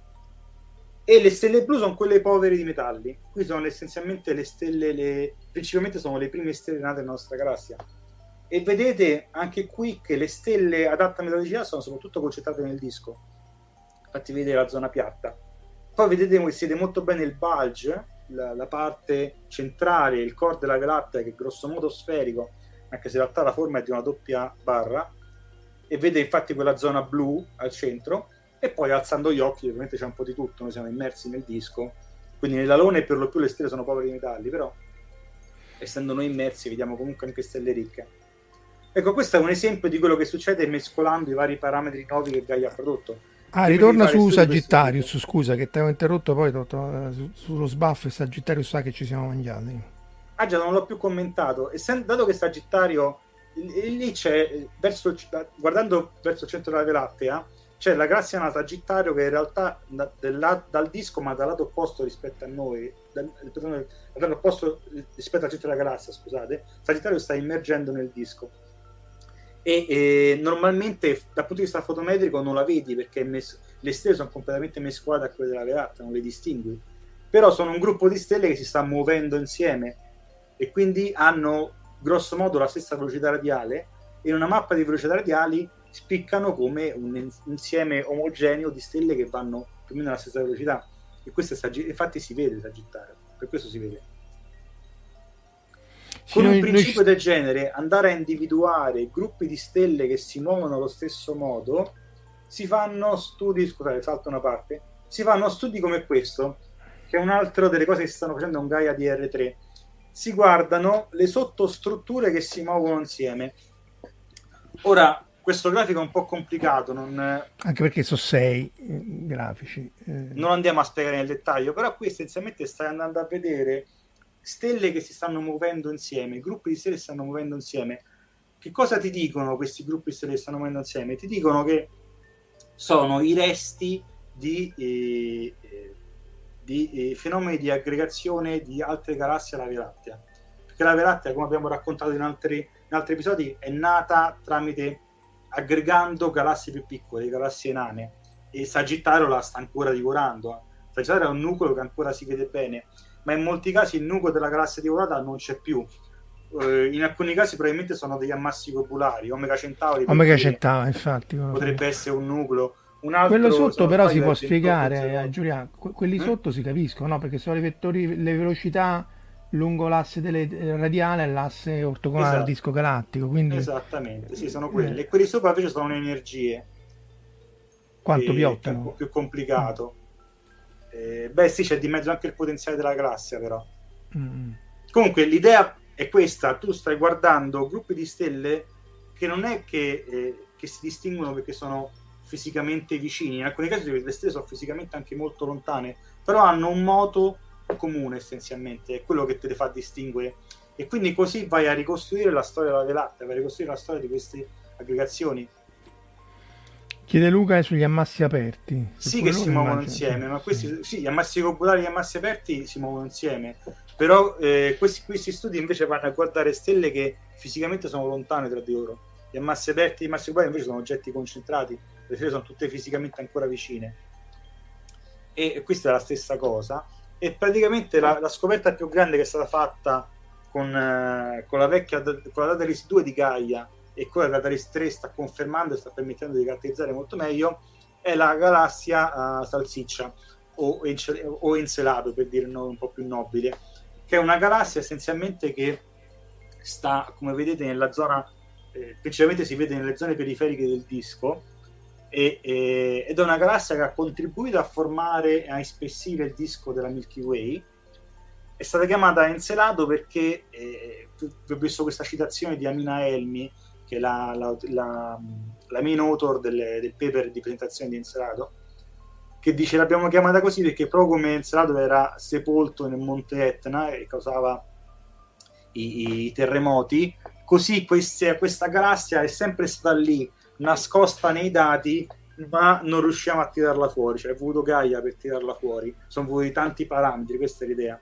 E le stelle blu sono quelle povere di metalli. Qui sono essenzialmente le stelle, le... principalmente sono le prime stelle nate nella nostra galassia. E vedete anche qui che le stelle ad alta metallicità sono soprattutto concentrate nel disco. Infatti vedete la zona piatta. Poi vedete, vedete molto bene il bulge, La, la parte centrale, il core della Via Lattea, che è grosso modo sferico, anche se in realtà la forma è di una doppia barra, e vede infatti quella zona blu al centro. E poi alzando gli occhi ovviamente c'è un po' di tutto, noi siamo immersi nel disco, quindi nell'alone per lo più le stelle sono povere di metalli, però essendo noi immersi vediamo comunque anche stelle ricche. Ecco, questo è un esempio di quello che succede mescolando i vari parametri nuovi che Gaia ha prodotto. Ah, ritorna su Sagittarius, scusa che ti avevo interrotto, poi to, to, su, sullo sbaffo e Sagittarius sa che ci siamo mangiati. Ah già, non l'ho più commentato. E se, dato che Sagittario lì c'è, verso, guardando verso il centro della Via Lattea, c'è la galassia nata Sagittario che in realtà da, della, dal disco, ma dal lato opposto rispetto a noi, dal, dal lato opposto rispetto al centro della galassia, scusate, Sagittario sta immergendo nel disco. E, e normalmente dal punto di vista fotometrico non la vedi perché mes- le stelle sono completamente mescolate a quelle della Via Lattea, non le distingui, però sono un gruppo di stelle che si sta muovendo insieme e quindi hanno grosso modo la stessa velocità radiale, e in una mappa di velocità radiali spiccano come un insieme omogeneo di stelle che vanno più o meno alla stessa velocità, e questo è Sagittario, infatti si vede Sagittario, per questo si vede. Con un principio del genere, andare a individuare gruppi di stelle che si muovono allo stesso modo, si fanno studi, scusate, salto una parte, si fanno studi come questo, che è un'altra delle cose che si stanno facendo con Gaia D R tre. Si guardano le sottostrutture che si muovono insieme. Ora, questo grafico è un po' complicato, non... anche perché sono sei eh, grafici. Eh. Non andiamo a spiegare nel dettaglio, però qui essenzialmente stai andando a vedere stelle che si stanno muovendo insieme, gruppi di stelle che stanno muovendo insieme. Che cosa ti dicono questi gruppi di stelle che stanno muovendo insieme? Ti dicono che sono i resti di, eh, di eh, fenomeni di aggregazione di altre galassie alla Via Lattea, perché la Via Lattea, come abbiamo raccontato in altri, in altri episodi, è nata tramite aggregando galassie più piccole, galassie nane, e Sagittario la sta ancora divorando. Sagittario è un nucleo che ancora si vede bene, ma in molti casi il nucleo della galassia divorata non c'è più. Uh, in alcuni casi probabilmente sono degli ammassi globulari, Omega Centauri. Omega Centauri, infatti. Potrebbe essere un nucleo. Un altro, quello sotto però si può spiegare, eh, Giuliano, que- quelli eh? sotto si capiscono, no? Perché sono i vettori, le velocità lungo l'asse delle, radiale e l'asse ortogonale esatto. al disco galattico. Quindi... Esattamente, sì, sono quelli. E quelli sopra invece sono le energie. Quanto e, piottano? È un po' più complicato. Mm. Eh, beh sì, c'è di mezzo anche il potenziale della galassia però. Mm. Comunque l'idea è questa: tu stai guardando gruppi di stelle che non è che, eh, che si distinguono perché sono fisicamente vicini, in alcuni casi le stelle sono fisicamente anche molto lontane, però hanno un moto comune essenzialmente, è quello che te le fa distinguere, e quindi così vai a ricostruire la storia della Via Lattea, vai a ricostruire la storia di queste aggregazioni. Chiede Luca sugli ammassi aperti. Sì, che si muovono immagino. insieme, ma questi sì. sì, gli ammassi globulari e gli ammassi aperti si muovono insieme, però eh, questi, questi studi invece vanno a guardare stelle che fisicamente sono lontane tra di loro. Gli ammassi aperti e gli ammassi globulari invece sono oggetti concentrati, le stelle sono tutte fisicamente ancora vicine. E questa è la stessa cosa. e praticamente la, la scoperta più grande che è stata fatta con, eh, con la vecchia con la Dataris due di Gaia, e quella la Dataris tre sta confermando e sta permettendo di caratterizzare molto meglio, è la galassia uh, Salsiccia o, o Encelado, per dire un po' più nobile, che è una galassia essenzialmente che sta, come vedete, nella zona, eh, principalmente si vede nelle zone periferiche del disco, e, e, ed è una galassia che ha contribuito a formare e a ispessire il disco della Milky Way. È stata chiamata Encelado perché eh, ho visto questa citazione di Amina Elmi, che è la, la, la, la main author del, del paper di presentazione di Encelado, che dice l'abbiamo chiamata così perché proprio come Encelado era sepolto nel monte Etna e causava i, i terremoti, così queste, questa galassia è sempre stata lì, nascosta nei dati, ma non riusciamo a tirarla fuori. Cioè è voluto Gaia per tirarla fuori, sono voluti tanti parametri, questa è l'idea.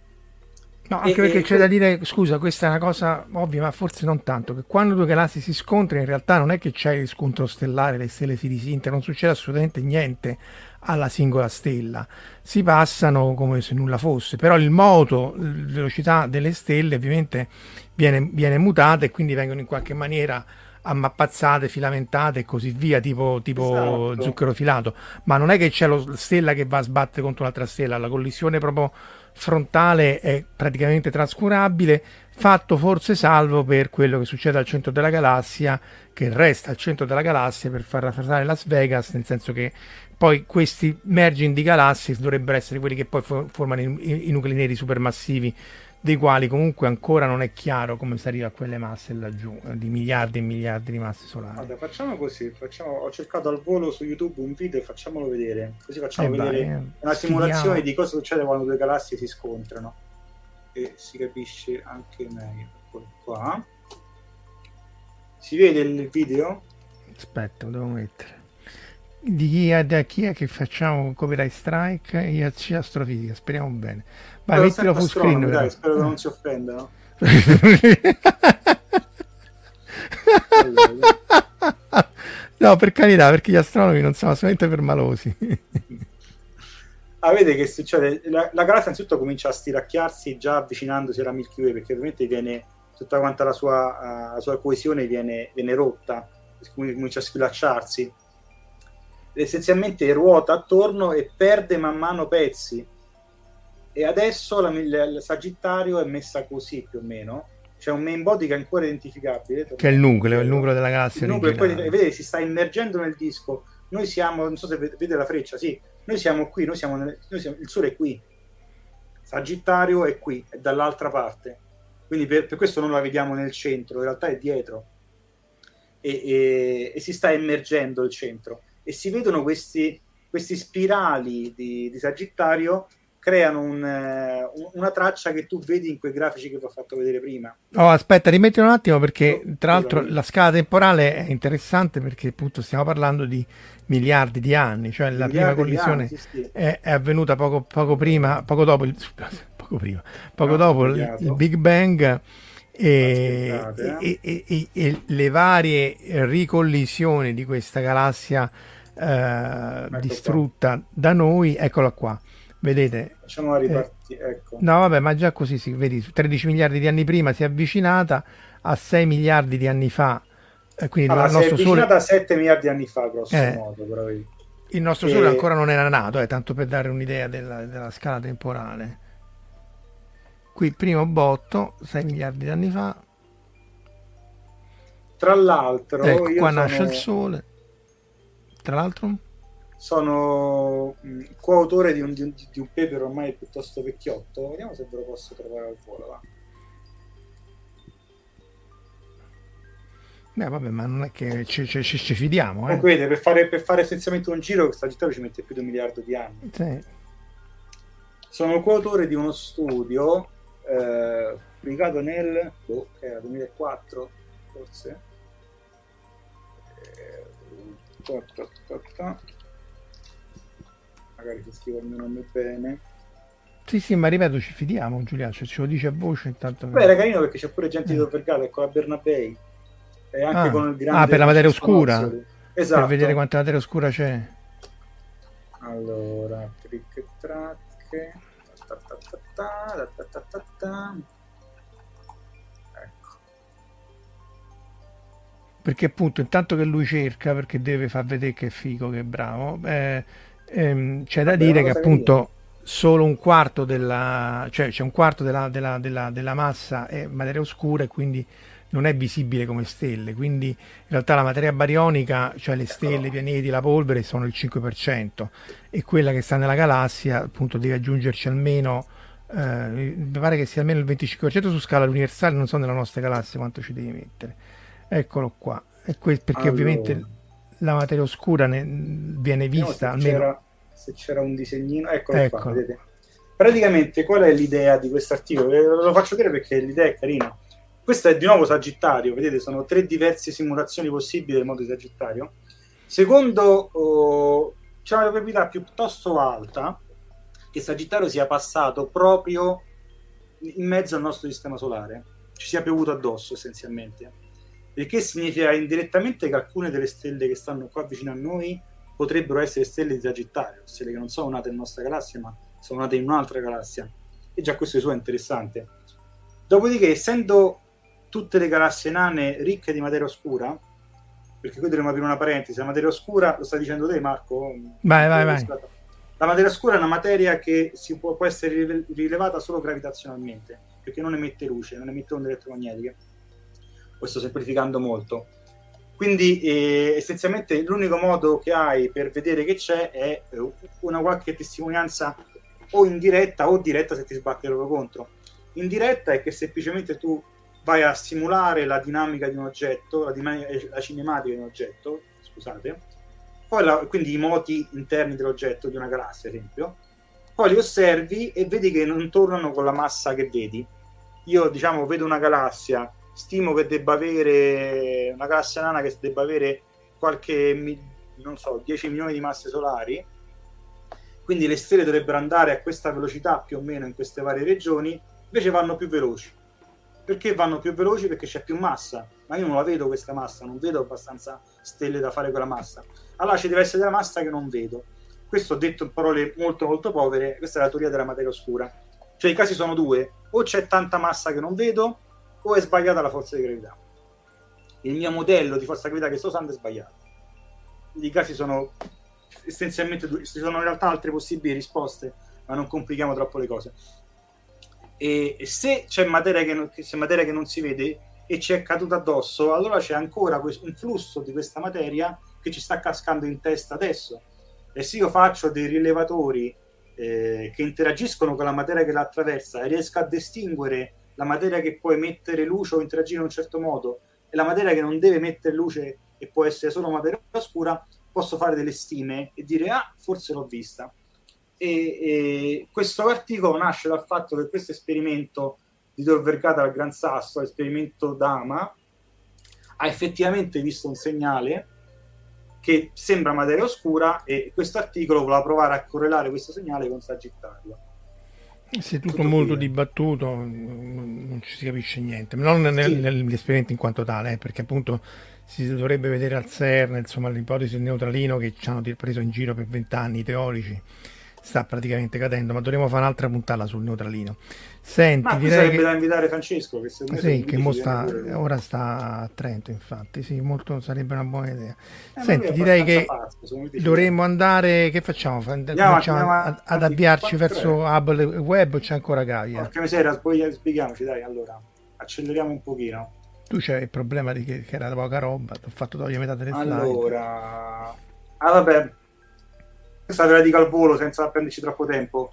No, anche e, perché e, c'è da dire, scusa, questa è una cosa ovvia, ma forse non tanto, che quando due galassie si scontrano in realtà non è che c'è il scontro stellare, le stelle si disintegrano, non succede assolutamente niente alla singola stella, si passano come se nulla fosse, però il moto, la velocità delle stelle ovviamente viene, viene mutata, e quindi vengono in qualche maniera ammappazzate, filamentate e così via, tipo, tipo esatto. zucchero filato, ma non è che c'è lo stella che va a sbattere contro un'altra stella, la collisione proprio frontale è praticamente trascurabile, fatto forse salvo per quello che succede al centro della galassia, che resta al centro della galassia per far raffreddare Las Vegas, nel senso che poi questi merging di galassie dovrebbero essere quelli che poi formano i, i nuclei neri supermassivi, dei quali comunque ancora non è chiaro come si arriva a quelle masse laggiù, di miliardi e miliardi di masse solari. Guarda, facciamo così, facciamo, ho cercato al volo su YouTube un video e facciamolo vedere, così facciamo eh vedere vai, una simulazione di cosa succede quando due galassie si scontrano e si capisce anche meglio. Eccolo qua, si vede il video? Aspetta, lo devo mettere. Di chi è, da chi è che facciamo copyright strike? I A C Astrofisica, speriamo bene. Vai, mettilo full screen. Dai, spero che non si offendano. No, per carità, perché gli astronomi non sono assolutamente permalosi. Ah, vede che succede? La, la galassia innanzitutto comincia a stiracchiarsi già avvicinandosi alla Milky Way, perché ovviamente viene tutta quanta la sua, uh, la sua coesione viene, viene rotta, comincia a sfilacciarsi. Essenzialmente ruota attorno e perde man mano pezzi, e adesso la, il Sagittario è messa così più o meno, c'è un main body che è ancora identificabile, che è il nucleo, il nucleo della galassia, il nucleo, e poi vedete si sta immergendo nel disco. Noi siamo, non so se vedete la freccia, sì, noi siamo qui, noi siamo, nel, noi siamo il Sole è qui, Sagittario è qui, è dall'altra parte, quindi per, per questo non la vediamo nel centro, in realtà è dietro, e, e, e si sta immergendo il centro, e si vedono questi, questi spirali di, di Sagittario, creano un, eh, una traccia che tu vedi in quei grafici che vi ho fatto vedere prima. Oh, aspetta, rimetti un attimo, perché tra l'altro la scala temporale è interessante, perché appunto stiamo parlando di miliardi di anni, cioè la prima collisione anni, sì, sì. È, è avvenuta poco, poco prima, poco dopo il, poco prima, poco no, dopo il, il Big Bang. E, e, e, e, e le varie ricollisioni di questa galassia eh, distrutta qua. Da noi, eccola qua, vedete? Facciamo ripartire, eh, ecco. No, vabbè, ma già così si vedi, tredici miliardi di anni prima si è avvicinata a sei miliardi di anni fa, eh, quindi allora, il nostro si è avvicinata Sole a sette miliardi di anni fa, grosso eh, modo, però. Il nostro e... Sole ancora non era nato, eh, tanto per dare un'idea della, della scala temporale. Qui primo botto, sei miliardi di anni fa. Tra l'altro, ecco, io qua sono... nasce il Sole. Tra l'altro sono mh, coautore di un, di, un, di un paper ormai piuttosto vecchiotto. Vediamo se ve lo posso trovare al volo, va. Beh, vabbè, ma non è che ci, ci, ci, ci fidiamo, eh. Vedete, per fare, per fare essenzialmente un giro, questa città ci mette più di un miliardo di anni. Sì. Sono coautore di uno studio eh, pubblicato nel boh, che era duemilaquattro forse, eh, ta, ta, ta, ta. magari ti scrivo il mio nome bene. Sì, sì, ma ripeto, ci fidiamo, Giuliano, cioè, ce lo dice a voce intanto. Beh, era carino perché c'è pure gente di Vergata e con la Bernabei e anche ah. con il grande ah, per la materia oscura, esatto, per vedere quanta materia oscura c'è. Allora, trick track, ta, ta, ta, ta, ta. Ecco. Perché appunto intanto che lui cerca, perché deve far vedere che è figo, che è bravo, eh, ehm, c'è da Vabbè, dire che cosa appunto solo un quarto della, cioè c'è un quarto della, della, della, della massa è materia oscura e quindi non è visibile come stelle, quindi in realtà la materia barionica, cioè le stelle, i pianeti, la polvere sono il cinque per cento e quella che sta nella galassia appunto deve aggiungerci almeno, eh, mi pare che sia almeno il venticinque per cento su scala universale, non so nella nostra galassia quanto ci devi mettere. Eccolo qua, e que- perché allora, ovviamente la materia oscura ne, viene vista se almeno... C'era, se c'era un disegnino, eccolo, Eccolo. qua, vedete? Praticamente qual è l'idea di questo articolo? Ve lo faccio vedere perché l'idea è carina. Questo è di nuovo Sagittario, vedete, sono tre diverse simulazioni possibili del mondo di Sagittario. Secondo, oh, c'è una probabilità piuttosto alta che Sagittario sia passato proprio in mezzo al nostro sistema solare, ci sia piovuto addosso essenzialmente, perché significa indirettamente che alcune delle stelle che stanno qua vicino a noi potrebbero essere stelle di Sagittario, stelle che non sono nate nella nostra galassia ma sono nate in un'altra galassia, e già questo è interessante. Dopodiché, essendo tutte le galassie nane ricche di materia oscura, perché qui dovremmo aprire una parentesi, la materia oscura, lo stai dicendo te Marco? Vai, vai, vai. La materia oscura è una materia che si può, può essere rilevata solo gravitazionalmente, perché non emette luce, non emette onde elettromagnetiche. Questo semplificando molto. Quindi eh, essenzialmente l'unico modo che hai per vedere che c'è è eh, una qualche testimonianza o indiretta o diretta se ti sbatte proprio contro. Indiretta è che semplicemente tu vai a simulare la dinamica di un oggetto, la, dinamica, la cinematica di un oggetto, scusate, poi la, quindi i moti interni dell'oggetto, di una galassia ad esempio, poi li osservi e vedi che non tornano con la massa che vedi. Io diciamo vedo una galassia, stimo che debba avere, una galassia nana che debba avere qualche, non so, dieci milioni di masse solari, quindi le stelle dovrebbero andare a questa velocità più o meno in queste varie regioni, invece vanno più veloci. Perché vanno più veloci? Perché c'è più massa, ma io non la vedo questa massa, non vedo abbastanza stelle da fare quella massa. Allora ci deve essere della massa che non vedo. Questo detto in parole molto molto povere, questa è la teoria della materia oscura. Cioè i casi sono due: o c'è tanta massa che non vedo, o è sbagliata la forza di gravità. Il mio modello di forza di gravità che sto usando è sbagliato. I casi sono essenzialmente due, ci sono in realtà altre possibili risposte, ma non complichiamo troppo le cose. E se c'è materia che non, c'è materia che non si vede e ci è caduta addosso, allora c'è ancora un flusso di questa materia che ci sta cascando in testa adesso. E se io faccio dei rilevatori eh, che interagiscono con la materia che la attraversa e riesco a distinguere la materia che può emettere luce o interagire in un certo modo e la materia che non deve emettere luce e può essere solo materia oscura, posso fare delle stime e dire ah, forse l'ho vista. E, e questo articolo nasce dal fatto che questo esperimento di Tor Vergata al Gran Sasso, l'esperimento Dama, ha effettivamente visto un segnale che sembra materia oscura e questo articolo voleva provare a correlare questo segnale con Sagittario. Sì, è tutto, tutto molto qui. dibattuto, non ci si capisce niente, non nel, sì. nell'esperimento in quanto tale, eh, perché appunto si dovrebbe vedere al CERN, insomma l'ipotesi del neutralino che ci hanno preso in giro per vent'anni i teorici sta praticamente cadendo, ma dovremo fare un'altra puntata sul neutralino. Senti, ma direi sarebbe che... da invitare Francesco, che se sì, che mo sta, ora sta a Trento, infatti, sì, molto sarebbe una buona idea. Eh, Senti, direi che pazzo, dovremmo andare, che facciamo? Andiamo, andiamo ad, ad avviarci verso Hubble Web o c'è ancora Gaia? Porca miseria, poi spieghiamoci, dai, allora, acceleriamo un pochino. Tu c'hai il problema di che, che era poca roba, ti ho fatto togliere metà delle slide. Allora, ah vabbè, questa ve la dico al volo senza prenderci troppo tempo.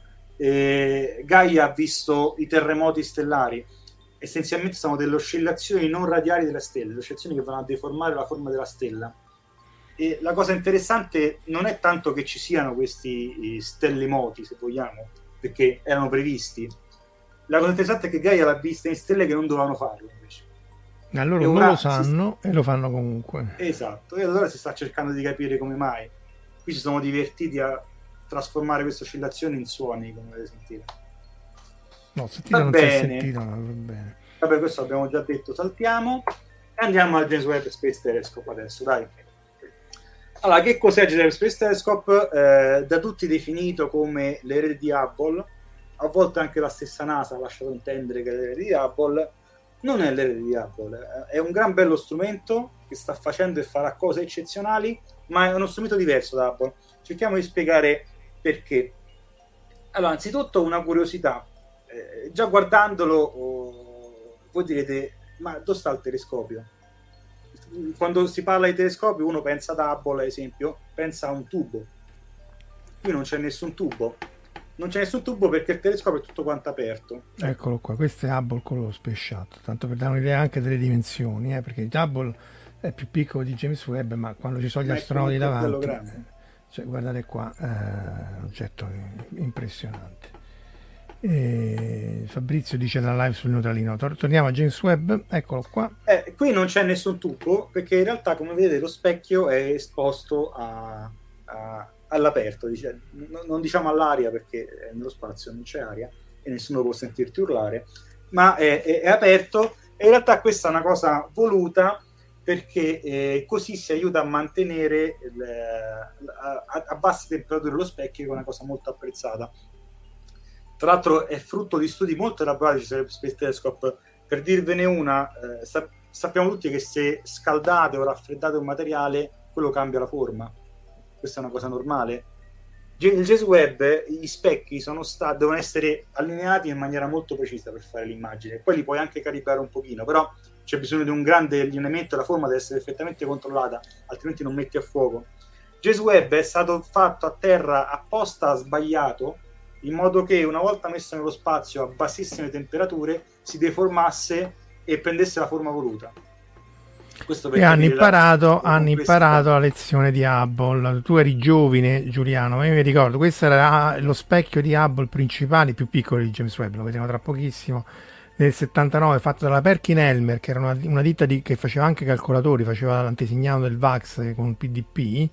Eh, Gaia ha visto i terremoti stellari, essenzialmente sono delle oscillazioni non radiali delle stelle, oscillazioni che vanno a deformare la forma della stella. E la cosa interessante non è tanto che ci siano questi stellemoti, se vogliamo, perché erano previsti. La cosa interessante è che Gaia l'ha vista in stelle che non dovevano farlo invece. Ma loro non lo sanno sta... e lo fanno comunque. Esatto, e allora si sta cercando di capire come mai. Qui si sono divertiti a trasformare queste oscillazioni in suoni, come potete sentire. No, sentita va non bene. Si è sentita, ma va bene. Vabbè, questo abbiamo già detto, saltiamo e andiamo al James Webb Space Telescope adesso, dai. Allora, che cos'è il James Webb Space Telescope? Eh, da tutti definito come l'erede di Hubble. a volte anche la stessa NASA ha lasciato intendere che è l'erede di Hubble. Non è l'erede di Hubble, è un gran bello strumento che sta facendo e farà cose eccezionali, ma è uno strumento diverso da Hubble. Cerchiamo di spiegare perché. Allora, anzitutto una curiosità, eh, già guardandolo oh, voi direte, ma dove sta il telescopio? Quando si parla di telescopio uno pensa ad Hubble, ad esempio, pensa a un tubo. Qui non c'è nessun tubo. Non c'è nessun tubo perché il telescopio è tutto quanto aperto. Eccolo qua, questo è Hubble con lo Space Shuttle, tanto per dare un'idea anche delle dimensioni, eh, perché Hubble è più piccolo di James Webb, ma quando ci sono gli ma astronauti davanti, eh, cioè, guardate qua, eh, un oggetto impressionante. E Fabrizio dice nella live sul neutralino, Tor- torniamo a James Webb, eccolo qua. Eh, qui non c'è nessun tubo perché in realtà, come vedete, lo specchio è esposto a, a all'aperto, dice, non, non diciamo all'aria perché nello spazio non c'è aria e nessuno può sentirti urlare, ma è, è, è aperto, e in realtà questa è una cosa voluta perché eh, così si aiuta a mantenere il, a, a basse temperature lo specchio, che è una cosa molto apprezzata. Tra l'altro è frutto di studi molto elaborati sul Space Telescope. Per dirvene una, eh, sa- sappiamo tutti che se scaldate o raffreddate un materiale, quello cambia la forma. Questa è una cosa normale. Il James Webb, gli specchi sono stati, devono essere allineati in maniera molto precisa per fare l'immagine. Poi li puoi anche calibrare un pochino, però c'è bisogno di un grande allineamento, la forma deve essere effettivamente controllata, altrimenti non metti a fuoco. James Webb è stato fatto a terra apposta sbagliato, in modo che una volta messo nello spazio a bassissime temperature si deformasse e prendesse la forma voluta. Questo e hanno imparato, la, hanno imparato la lezione di Hubble. Tu eri giovane, Giuliano, ma io mi ricordo, questo era lo specchio di Hubble principale, più piccolo di James Webb, lo vedremo tra pochissimo, nel settantanove, fatto dalla Perkin-Elmer, che era una, una ditta di, che faceva anche calcolatori, faceva l'antesignano del VAX con il P D P,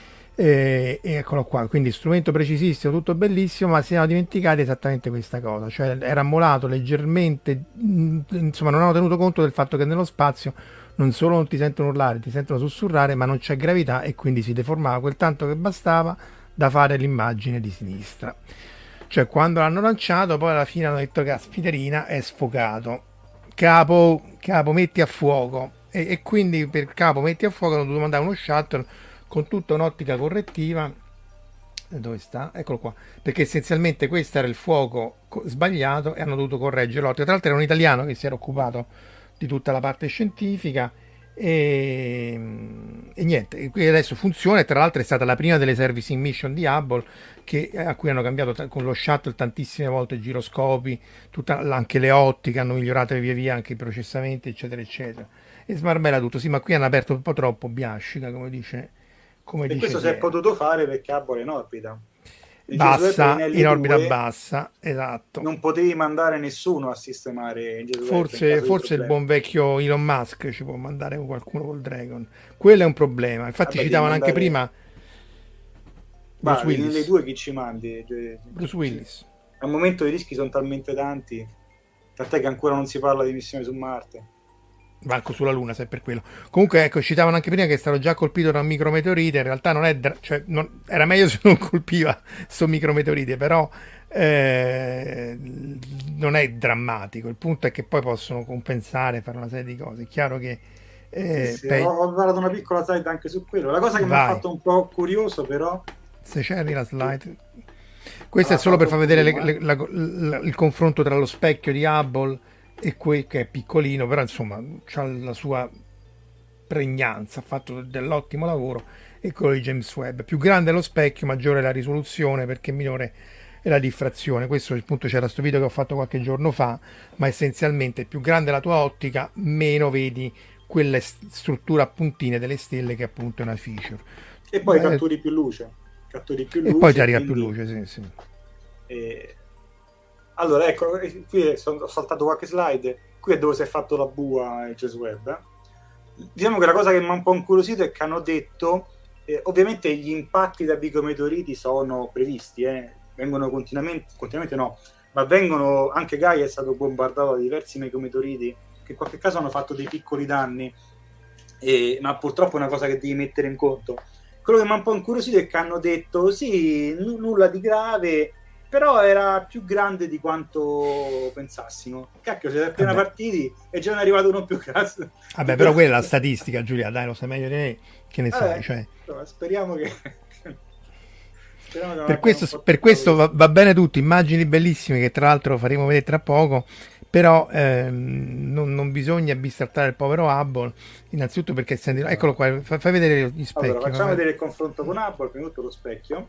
e, e eccolo qua, quindi strumento precisissimo, tutto bellissimo, ma si erano dimenticati esattamente questa cosa, cioè era ammolato leggermente, insomma non hanno tenuto conto del fatto che nello spazio non solo non ti sentono urlare, ti sentono sussurrare, ma non c'è gravità e quindi si deformava quel tanto che bastava da fare l'immagine di sinistra. Cioè quando l'hanno lanciato poi alla fine hanno detto caspiterina, è sfocato, capo, capo metti a fuoco, e, e quindi per capo metti a fuoco hanno dovuto mandare uno shuttle con tutta un'ottica correttiva. Dove sta? Eccolo qua, perché essenzialmente questo era il fuoco sbagliato e hanno dovuto correggere l'ottica. Tra l'altro era un italiano che si era occupato di tutta la parte scientifica e, e niente, qui adesso funziona, e tra l'altro è stata la prima delle servicing mission di Hubble, che, a cui hanno cambiato t- con lo shuttle tantissime volte i giroscopi, tutta, anche le ottiche hanno migliorato via via anche i processamenti eccetera eccetera, e smarmella tutto. Sì, ma qui hanno aperto un po' troppo Biascica, come dice, come e dice questo si è potuto fare perché Hubble è in orbita. Il bassa, in, in orbita bassa, esatto. Non potevi mandare nessuno a sistemare il James forse Webb, forse il buon vecchio Elon Musk ci può mandare qualcuno col Dragon, quello è un problema. Infatti Vabbè, citavano mandare... anche prima Bruce bah, Willis. Nelle due chi ci mandi? Bruce Willis. Al momento i rischi sono talmente tanti, tant'è che ancora non si parla di missioni su Marte. Banco sulla Luna, se è per quello. Comunque, ecco, citavano anche prima che è stato già colpito da un micrometeorite. In realtà non è, dra- cioè, non, era meglio se non colpiva sto micrometeorite, però eh, non è drammatico. Il punto è che poi possono compensare, fare una serie di cose. È chiaro che eh, sì, sì, pe- ho guardato una piccola slide anche su quello. La cosa che Vai. mi ha fatto un po' curioso, però, se c'è la slide, questo ah, è solo per far vedere le, le, la, la, il confronto tra lo specchio di Hubble e qui che è piccolino, però insomma c'ha la sua pregnanza, ha fatto dell'ottimo lavoro, e quello di James Webb, più grande lo specchio maggiore la risoluzione perché minore è la diffrazione. Questo appunto c'era sto video che ho fatto qualche giorno fa, ma essenzialmente più grande la tua ottica meno vedi quelle strutture a puntine delle stelle, che appunto è una feature, e poi Beh, catturi più luce catturi più luce e poi ti arriva quindi... più luce, sì, sì. E... Allora, ecco, qui ho saltato qualche slide, qui è dove si è fatto la bua il James Webb. Diciamo che la cosa che mi ha un po' incuriosito è che hanno detto, eh, ovviamente gli impatti da micrometeoriti sono previsti, eh, vengono continuamente, continuamente no, ma vengono, anche Gaia è stato bombardato da diversi micrometeoriti che in qualche caso hanno fatto dei piccoli danni, eh, ma purtroppo è una cosa che devi mettere in conto. Quello che mi ha un po' incuriosito è che hanno detto, sì, n- nulla di grave, però era più grande di quanto pensassimo. Cacchio, siete appena Vabbè. partiti e già ne è arrivato uno più grasso. Vabbè, però quella è la statistica, Giulia, dai, lo sai meglio di me, che ne Vabbè, sai, cioè. allora, speriamo che... speriamo che non Per abbiano questo, fatto per questo va, così. va bene tutto, immagini bellissime che tra l'altro faremo vedere tra poco, però ehm, non, non bisogna bistrattare il povero Hubble, innanzitutto perché senti, eccolo qua, fa- fai vedere gli specchi. Allora, facciamo vai. vedere il confronto con Hubble, prima di tutto lo specchio.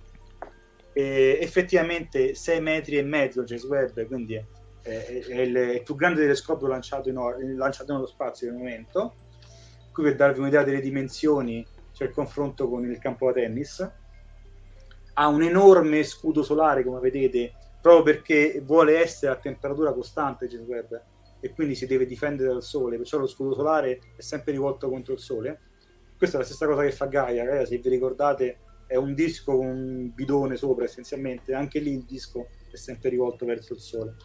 E effettivamente sei metri e mezzo James Webb, quindi è, è- è il è il più grande telescopio lanciato, in or- lanciato nello spazio al momento. Qui per darvi un'idea delle dimensioni c'è il confronto con il campo da tennis. Ha un enorme scudo solare, come vedete, proprio perché vuole essere a temperatura costante James Webb, e quindi si deve difendere dal sole, perciò lo scudo solare è sempre rivolto contro il sole. Questa è la stessa cosa che fa Gaia. Gaia, se vi ricordate, è un disco con un bidone sopra essenzialmente, anche lì il disco è sempre rivolto verso il sole.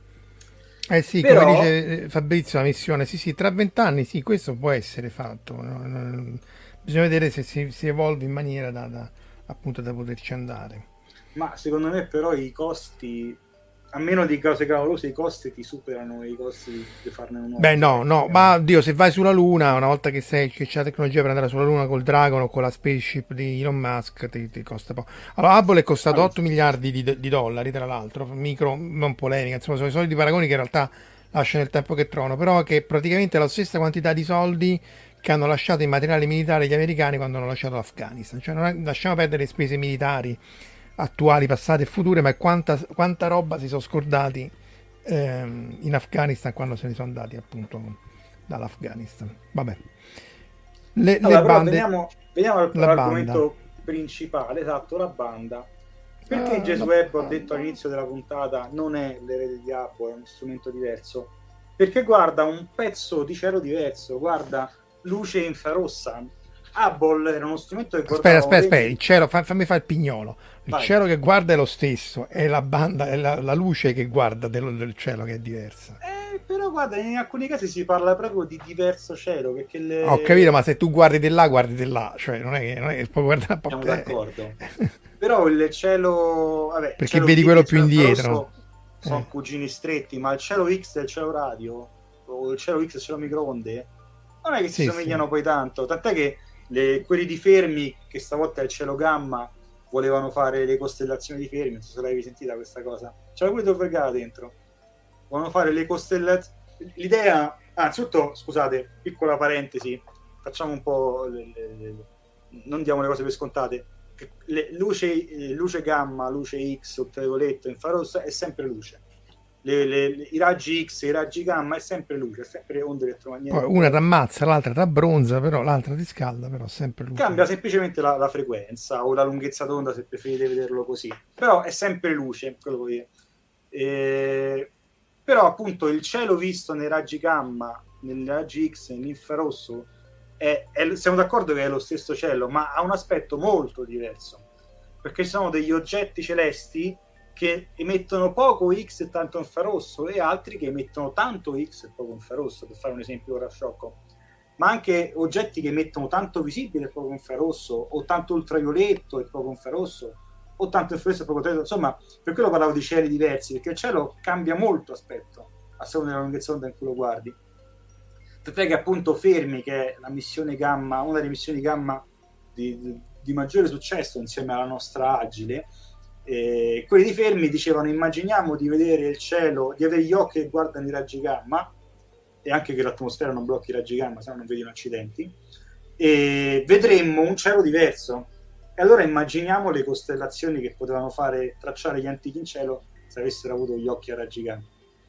Eh sì, Però- come dice eh, Fabrizio, la missione, sì sì, tra vent'anni sì, questo può essere fatto, no? Non- bisogna vedere se si, si evolve in maniera da, da- appunto da poterci andare. Ma secondo me però i costi, a meno di cose clamorose, i costi ti superano i costi di, di farne un nuovo. Beh no, no, ma Dio, se vai sulla Luna, una volta che, sei, che c'è la tecnologia per andare sulla Luna col Dragon o con la spaceship di Elon Musk, ti, ti costa poco. Allora, Hubble è costato Allora. otto miliardi di, di dollari, tra l'altro, micro, non polemica, insomma, sono i soliti paragoni che in realtà lasciano il tempo che trovano, però che praticamente è la stessa quantità di soldi che hanno lasciato in materiale militare gli americani quando hanno lasciato l'Afghanistan. Cioè, non è, lasciamo perdere le spese militari attuali, passate e future, ma è quanta, quanta roba si sono scordati ehm, in Afghanistan quando se ne sono andati appunto dall'Afghanistan. Vabbè, le, Allora, le però bande, veniamo, veniamo al- la all'argomento principale, esatto, la banda. Perché Ah, James la Webb, ho banda. detto all'inizio della puntata, non è l'erede di Hubble, è uno strumento diverso? Perché guarda un pezzo di cielo diverso, guarda luce infrarossa. Hubble era uno strumento che Aspetta, guardava aspetta, aspetta, vedi- il cielo, fa- fammi fare il pignolo. Il Vai. cielo che guarda è lo stesso, è la banda, è la, la luce che guarda del, del cielo che è diversa. Eh, però guarda, in alcuni casi si parla proprio di diverso cielo, perché le... Ho capito, ma se tu guardi di là, guardi di là, cioè non è che, non è che puoi guardare un po' Siamo per- d'accordo. Però il cielo, vabbè, il Perché cielo vedi X quello e il più cielo indietro. infrarosso sono Eh. cugini stretti, ma il cielo X e il cielo radio, o il cielo X e il cielo microonde, non è che si Sì, somigliano sì. poi tanto, tant'è che le- quelli di Fermi, che stavolta è il cielo gamma, volevano fare le costellazioni di Fermi, non so se l'avevi sentita questa cosa, c'era pure Tor Vergara dentro, volevano fare le costellazioni, l'idea, anzitutto, scusate, piccola parentesi, facciamo un po', le, le, le, non diamo le cose per scontate, che le, luce, eh, luce gamma, luce X, ultravioletto, infrarosso è sempre luce. Le, le, le- i raggi X e i raggi gamma è sempre luce, è sempre onde elettromagnetiche. Poi una ti ammazza, l'altra ti abbronza, però l'altra ti scalda, però sempre luce. Cambia semplicemente la, la frequenza o la lunghezza d'onda, se preferite vederlo così, però è sempre luce, quello vuol dire. E... però appunto il cielo visto nei raggi gamma, nei raggi X, nell'infrarosso è, è, siamo d'accordo che è lo stesso cielo, ma ha un aspetto molto diverso, perché ci sono degli oggetti celesti che emettono poco X e tanto infrarosso, e altri che emettono tanto X e poco infrarosso, per fare un esempio ora sciocco, ma anche oggetti che emettono tanto visibile e poco infrarosso, o tanto ultravioletto e poco infrarosso, o tanto infrarosso e poco ultravioletto. Insomma, per quello parlavo di cieli diversi, perché il cielo cambia molto aspetto a seconda della lunghezza d'onda in cui lo guardi. Tant'è che appunto Fermi, che è la missione gamma, una delle missioni gamma di, di, di maggiore successo insieme alla nostra Agile, eh, quelli di Fermi dicevano: immaginiamo di vedere il cielo, di avere gli occhi che guardano i raggi gamma, e anche che l'atmosfera non blocchi i raggi gamma, se no non vedi accidenti, e vedremmo un cielo diverso. E allora immaginiamo le costellazioni che potevano fare tracciare gli antichi in cielo se avessero avuto gli occhi a raggi gamma.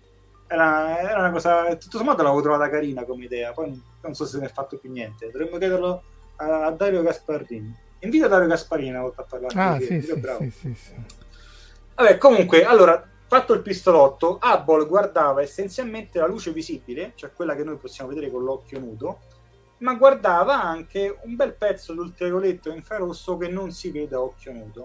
Era, era una cosa, tutto sommato l'avevo trovata carina come idea, poi non, non so se ne è fatto più niente. Dovremmo chiederlo a, a Dario Gasparini. Invita Dario Gasparini una volta a parlare. Ah, di sì, Fermi, sì, bravo. sì, sì, sì. Vabbè, comunque, allora, fatto il pistolotto, Hubble guardava essenzialmente la luce visibile, cioè quella che noi possiamo vedere con l'occhio nudo, ma guardava anche un bel pezzo di ultravioletto e infrarosso che non si vede a occhio nudo.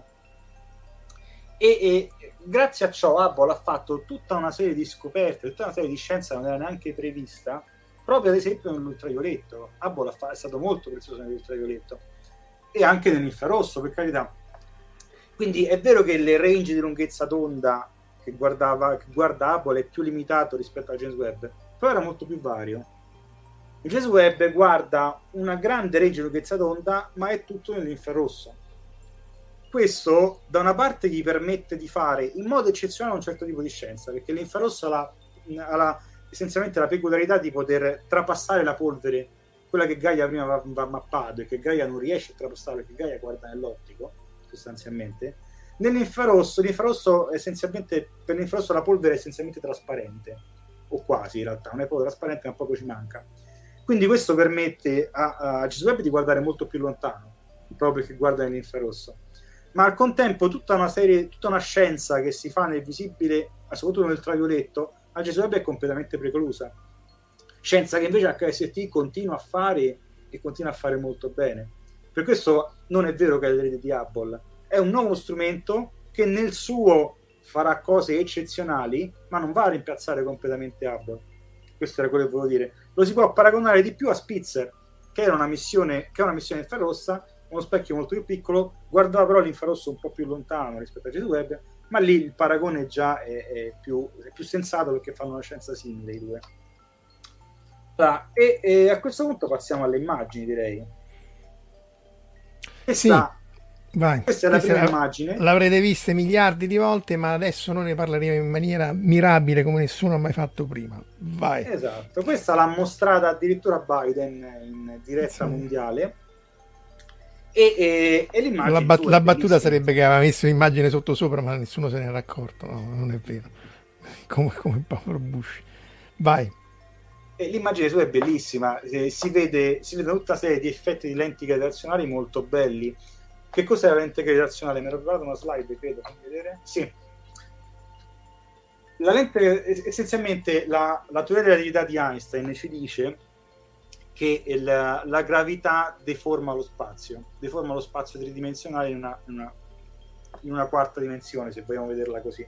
E, e grazie a ciò Hubble ha fatto tutta una serie di scoperte, tutta una serie di scienza che non era neanche prevista, proprio ad esempio nell'ultravioletto. Hubble è stato molto prezioso nell'ultravioletto e anche nell'infrarosso, per carità. Quindi è vero che le range di lunghezza d'onda che guardava che guarda Hubble è più limitato rispetto al James Webb, però era molto più vario. Il James Webb guarda una grande range di lunghezza d'onda, ma è tutto nell'infrarosso. Questo da una parte gli permette di fare in modo eccezionale un certo tipo di scienza, perché l'infrarosso ha, la, ha la, essenzialmente la peculiarità di poter trapassare la polvere, quella che Gaia prima va, va mappato e che Gaia non riesce a trapassare perché Gaia guarda nell'ottico sostanzialmente. Nell'infrarosso, l'infrarosso essenzialmente, per l'infrarosso la polvere è essenzialmente trasparente, o quasi in realtà, non è proprio trasparente ma poco ci manca. Quindi questo permette a, a James Webb di guardare molto più lontano, proprio perché guarda nell'infrarosso. Ma al contempo tutta una serie, tutta una scienza che si fa nel visibile, soprattutto nel ultravioletto, a James Webb è completamente preclusa. Scienza che invece H S T continua a fare e continua a fare molto bene. Per questo non è vero che è l'erede di Hubble, è un nuovo strumento che nel suo farà cose eccezionali, ma non va a rimpiazzare completamente Hubble. Questo era quello che volevo dire. Lo si può paragonare di più a Spitzer, che era una missione, che è una missione infrarossa, uno specchio molto più piccolo, guardava però l'infrarosso un po' più lontano rispetto a James Webb, ma lì il paragone già è, è, più, è più sensato perché fanno una scienza simile i due. Ah, e, e a questo punto passiamo alle immagini, direi. Questa, sì, vai. Questa è la questa prima la, immagine. L'avrete vista miliardi di volte, ma adesso noi ne parleremo in maniera mirabile come nessuno ha mai fatto prima. Vai. Esatto, questa l'ha mostrata addirittura Biden in diretta sì. mondiale. E, e, e l'immagine la, bat- la battuta sarebbe che aveva messo l'immagine sotto sopra, ma nessuno se ne era accorto. No, non è vero. Come, come Paolo Bush. Vai. E l'immagine sua è bellissima, eh, si vede si vede tutta una serie di effetti di lenti gravitazionali molto belli. Che cos'è la lente gravitazionale? Mi ero preparato una slide, credo, fammi vedere. Sì. La lente, essenzialmente, la, la teoria della relatività di Einstein ci dice che il, la gravità deforma lo spazio, deforma lo spazio tridimensionale in una, in una, in una quarta dimensione, se vogliamo vederla così.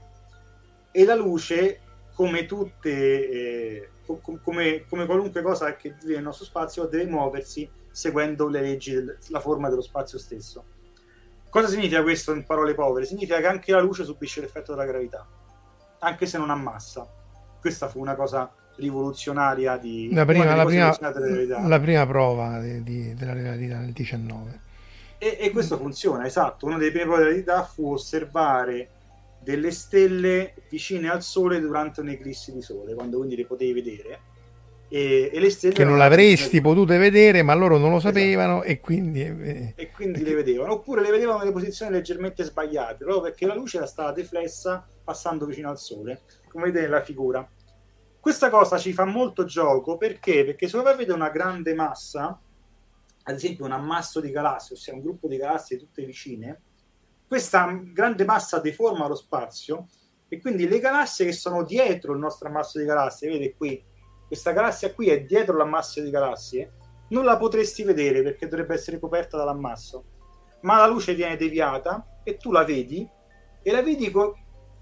E la luce, come tutte, eh, come, come qualunque cosa che vive nel nostro spazio, deve muoversi seguendo le leggi della forma dello spazio stesso. Cosa significa questo in parole povere? Significa che anche la luce subisce l'effetto della gravità, anche se non ha massa. Questa fu una cosa rivoluzionaria di la prima, la prima, la prima prova di, di, della relatività nel diciannove. E, e questo funziona, esatto. Una delle prime prove della relatività fu osservare delle stelle vicine al Sole durante un'eclissi di Sole, quando quindi le potevi vedere. E, e le stelle che non l'avresti le... potute vedere, ma loro non lo sapevano, esatto. e quindi eh, e quindi le vedevano, oppure le vedevano nelle posizioni leggermente sbagliate, proprio perché la luce era stata deflessa passando vicino al Sole, come vedete nella figura. Questa cosa ci fa molto gioco perché perché se voi avete una grande massa, ad esempio un ammasso di galassie, ossia un gruppo di galassie tutte vicine, questa grande massa deforma lo spazio e quindi le galassie che sono dietro il nostro ammasso di galassie, vedete qui, questa galassia qui è dietro l'ammasso di galassie, non la potresti vedere perché dovrebbe essere coperta dall'ammasso, ma la luce viene deviata e tu la vedi e la vedi, co-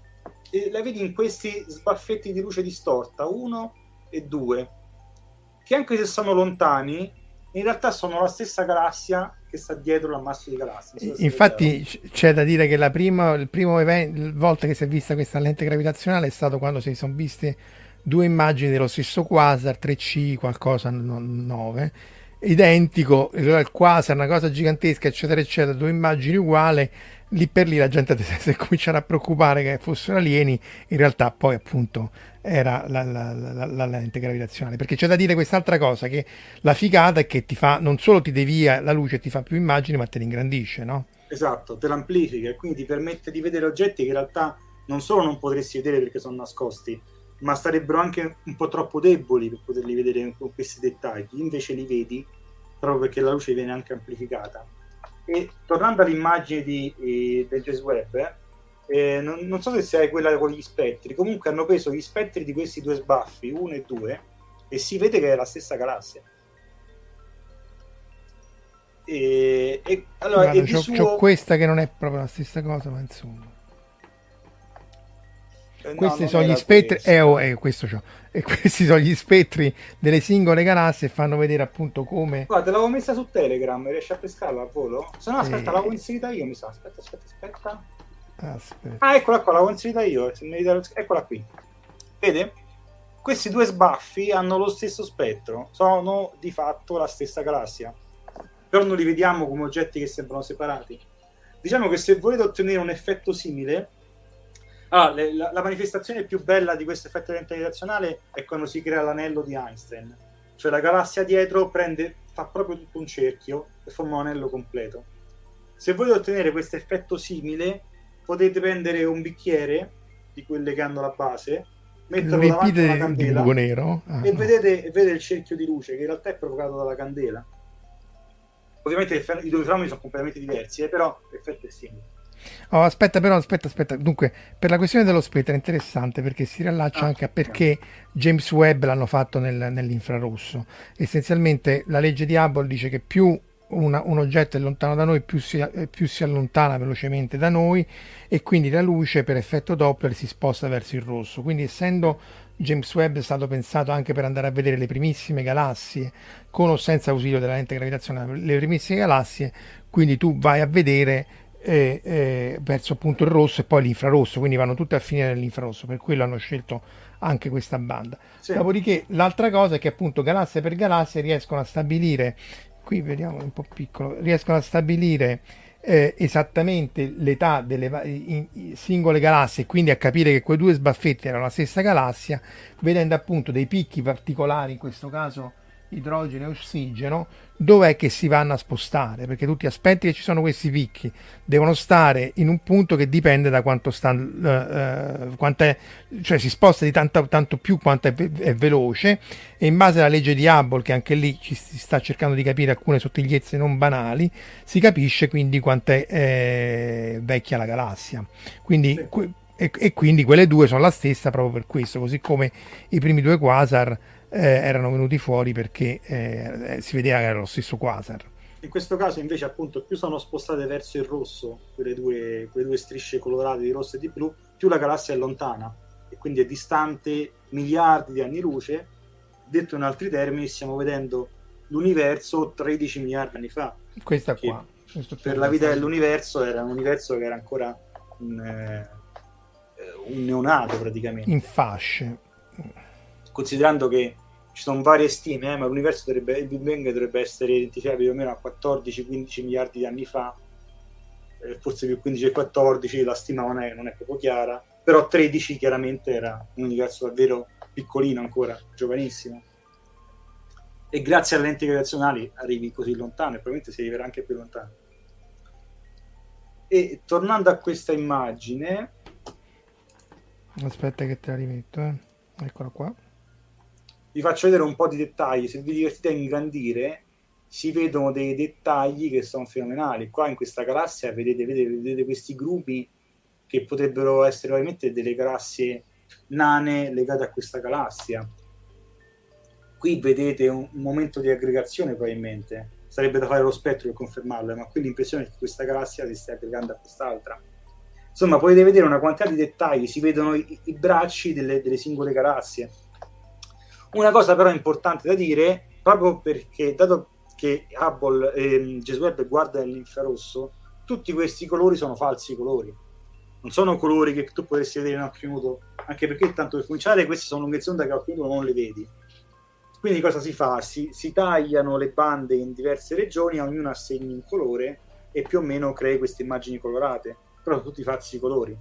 e la vedi in questi sbaffetti di luce distorta, uno e due, che anche se sono lontani in realtà sono la stessa galassia che sta dietro l'ammasso di galassie. Infatti c'è da dire che la prima il primo evento, volta che si è vista questa lente gravitazionale è stato quando si sono viste due immagini dello stesso quasar, tre C qualcosa nove, identico, il quasar una cosa gigantesca eccetera eccetera, due immagini uguali, lì per lì la gente si è cominciata a preoccupare che fossero alieni, in realtà poi appunto era la, la, la, la lente gravitazionale, perché c'è da dire quest'altra cosa, che la figata è che ti fa, non solo ti devia la luce e ti fa più immagini, ma te li ingrandisce, no? Esatto, te l'amplifica e quindi ti permette di vedere oggetti che in realtà non solo non potresti vedere perché sono nascosti, ma sarebbero anche un po' troppo deboli per poterli vedere con questi dettagli, invece li vedi proprio perché la luce viene anche amplificata. E tornando all'immagine di, eh, del James Webb, eh, non, non so se sia quella con gli spettri, comunque hanno preso gli spettri di questi due sbaffi, uno e due, e si vede che è la stessa galassia. E, e allora Guarda, e di c'ho, suo... c'ho questa che non è proprio la stessa cosa, ma insomma. Eh, questi no, sono gli spettri eh, oh, eh, questo c'ho. E questi sono gli spettri delle singole galassie e fanno vedere appunto come. Guarda, te l'avevo messa su Telegram, riesci a pescarla al volo? Se no aspetta, eh... l'avevo inserita io, mi sa. Aspetta, aspetta, aspetta. Aspetta. Ah, eccola qua, l'avevo inserita io. Se mi dite... Eccola qui. Vede? Questi due sbaffi hanno lo stesso spettro, sono di fatto la stessa galassia, però non li vediamo come oggetti che sembrano separati. Diciamo che se volete ottenere un effetto simile, ah, le, la, la manifestazione più bella di questo effetto gravitazionale è quando si crea l'anello di Einstein, cioè la galassia dietro prende, fa proprio tutto un cerchio e forma un anello completo. Se volete ottenere questo effetto simile, potete prendere un bicchiere di quelle che hanno la base, metterlo davanti a una candela di buco nero. Ah, e no. vedete, vedete il cerchio di luce che in realtà è provocato dalla candela. Ovviamente i due fenomeni sono completamente diversi, eh, però l'effetto è simile. Oh, aspetta, però, aspetta, aspetta. Dunque, per la questione dello spettro è interessante perché si riallaccia Ah, anche a perché James Webb l'hanno fatto nel, nell'infrarosso. Essenzialmente la legge di Hubble dice che più una, un oggetto è lontano da noi, più si, più si allontana velocemente da noi, e quindi la luce per effetto Doppler si sposta verso il rosso. Quindi, essendo James Webb è stato pensato anche per andare a vedere le primissime galassie con o senza ausilio della lente gravitazionale, le primissime galassie, quindi tu vai a vedere eh, eh, verso appunto il rosso e poi l'infrarosso, quindi vanno tutte a finire nell'infrarosso, per quello hanno scelto anche questa banda. Sì. Dopodiché l'altra cosa è che appunto galassia per galassia riescono a stabilire, qui vediamo è un po' piccolo, riescono a stabilire eh, esattamente l'età delle in, in singole galassie, quindi a capire che quei due sbaffetti erano la stessa galassia, vedendo appunto dei picchi particolari, in questo caso idrogeno e ossigeno, dov'è che si vanno a spostare, perché tu ti aspetti che ci sono questi picchi, devono stare in un punto che dipende da quanto sta eh, quanto è, cioè si sposta di tanto, tanto più quanto è, è veloce, e in base alla legge di Hubble, che anche lì ci si sta cercando di capire alcune sottigliezze non banali, si capisce quindi quanto è eh, vecchia la galassia, quindi Sì. que- e, e quindi quelle due sono la stessa proprio per questo, così come i primi due quasar Eh, erano venuti fuori perché eh, si vedeva che era lo stesso quasar. In questo caso invece appunto più sono spostate verso il rosso quelle due, quelle due strisce colorate di rosso e di blu, più la galassia è lontana e quindi è distante miliardi di anni luce. Detto in altri termini, stiamo vedendo l'universo tredici miliardi di anni fa. Questa Che qua questo per la vita dell'universo era un universo che era ancora un, eh, un neonato praticamente, in fasce, considerando che ci sono varie stime, eh, ma l'universo dovrebbe, il Big Bang dovrebbe essere identificato più o meno a quattordici quindici miliardi di anni fa, eh, forse più quindici e quattordici, la stima non è, non è proprio chiara, però tredici chiaramente era un universo davvero piccolino ancora, giovanissimo, e grazie alle lenti gravitazionali arrivi così lontano e probabilmente si arriverà anche più lontano. E tornando a questa immagine, aspetta che te la rimetto, eh. Eccola qua. Vi faccio vedere un po' di dettagli. Se vi divertite a ingrandire, si vedono dei dettagli che sono fenomenali. Qua in questa galassia vedete, vedete, vedete questi gruppi che potrebbero essere ovviamente delle galassie nane legate a questa galassia. Qui vedete un, un momento di aggregazione, probabilmente. Sarebbe da fare lo spettro per confermarlo, ma qui l'impressione è che questa galassia si stia aggregando a quest'altra. Insomma, potete vedere una quantità di dettagli, si vedono i, i bracci delle, delle singole galassie. Una cosa però importante da dire, proprio perché dato che Hubble e James Webb guarda nell'infrarosso, tutti questi colori sono falsi colori, non sono colori che tu potresti vedere in occhio nudo, anche perché tanto per cominciare queste sono lunghezze d'onda che a occhio nudo non le vedi. Quindi cosa si fa? Si, si tagliano le bande in diverse regioni, ognuna assegni un colore e più o meno crei queste immagini colorate, però sono tutti falsi colori.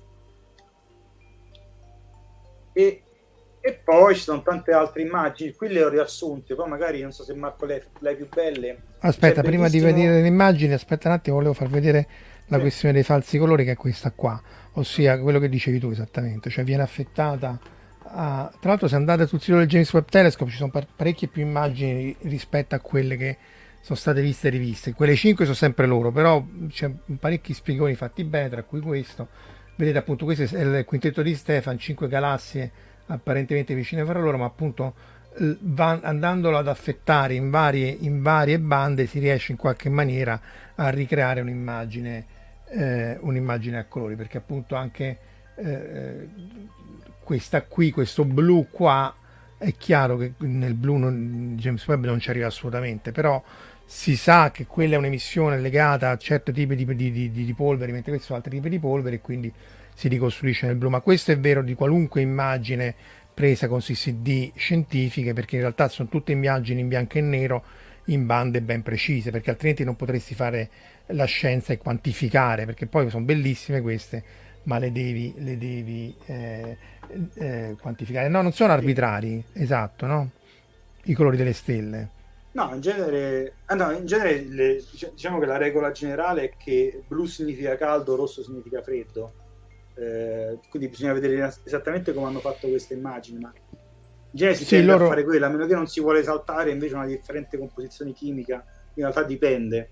E E poi ci sono tante altre immagini, qui le ho riassunte, poi magari non so se Marco lei, lei più belle. Aspetta, C'è prima bellissimo... di vedere le immagini, aspetta un attimo, volevo far vedere la sì. questione dei falsi colori, che è questa qua, ossia quello che dicevi tu esattamente, cioè viene affettata a... Tra l'altro se andate sul sito del James Webb Telescope ci sono par- parecchie più immagini rispetto a quelle che sono state viste e riviste, quelle cinque sono sempre loro, però c'è parecchi spiegoni fatti bene, tra cui questo. Vedete appunto, questo è il quintetto di Stefan, cinque galassie apparentemente vicine fra loro, ma appunto va, andandolo ad affettare in varie, in varie bande si riesce in qualche maniera a ricreare un'immagine eh, un'immagine a colori, perché appunto anche eh, questa qui, questo blu qua, è chiaro che nel blu non, James Webb non ci arriva assolutamente, però si sa che quella è un'emissione legata a certi tipi di, di, di, di polveri, mentre questi sono altri tipi di polveri, e quindi si ricostruisce nel blu. Ma questo è vero di qualunque immagine presa con C C D scientifiche, perché in realtà sono tutte immagini in bianco e nero in bande ben precise, perché altrimenti non potresti fare la scienza e quantificare, perché poi sono bellissime queste, ma le devi, le devi eh, eh, quantificare. No, non sono arbitrari, esatto, no? I colori delle stelle. No, in genere, ah no, in genere le, diciamo che la regola generale è che blu significa caldo, rosso significa freddo, eh, quindi bisogna vedere esattamente come hanno fatto queste immagini, ma in genere si sì, tende loro... a fare quella, a meno che non si vuole esaltare invece una differente composizione chimica, in realtà dipende.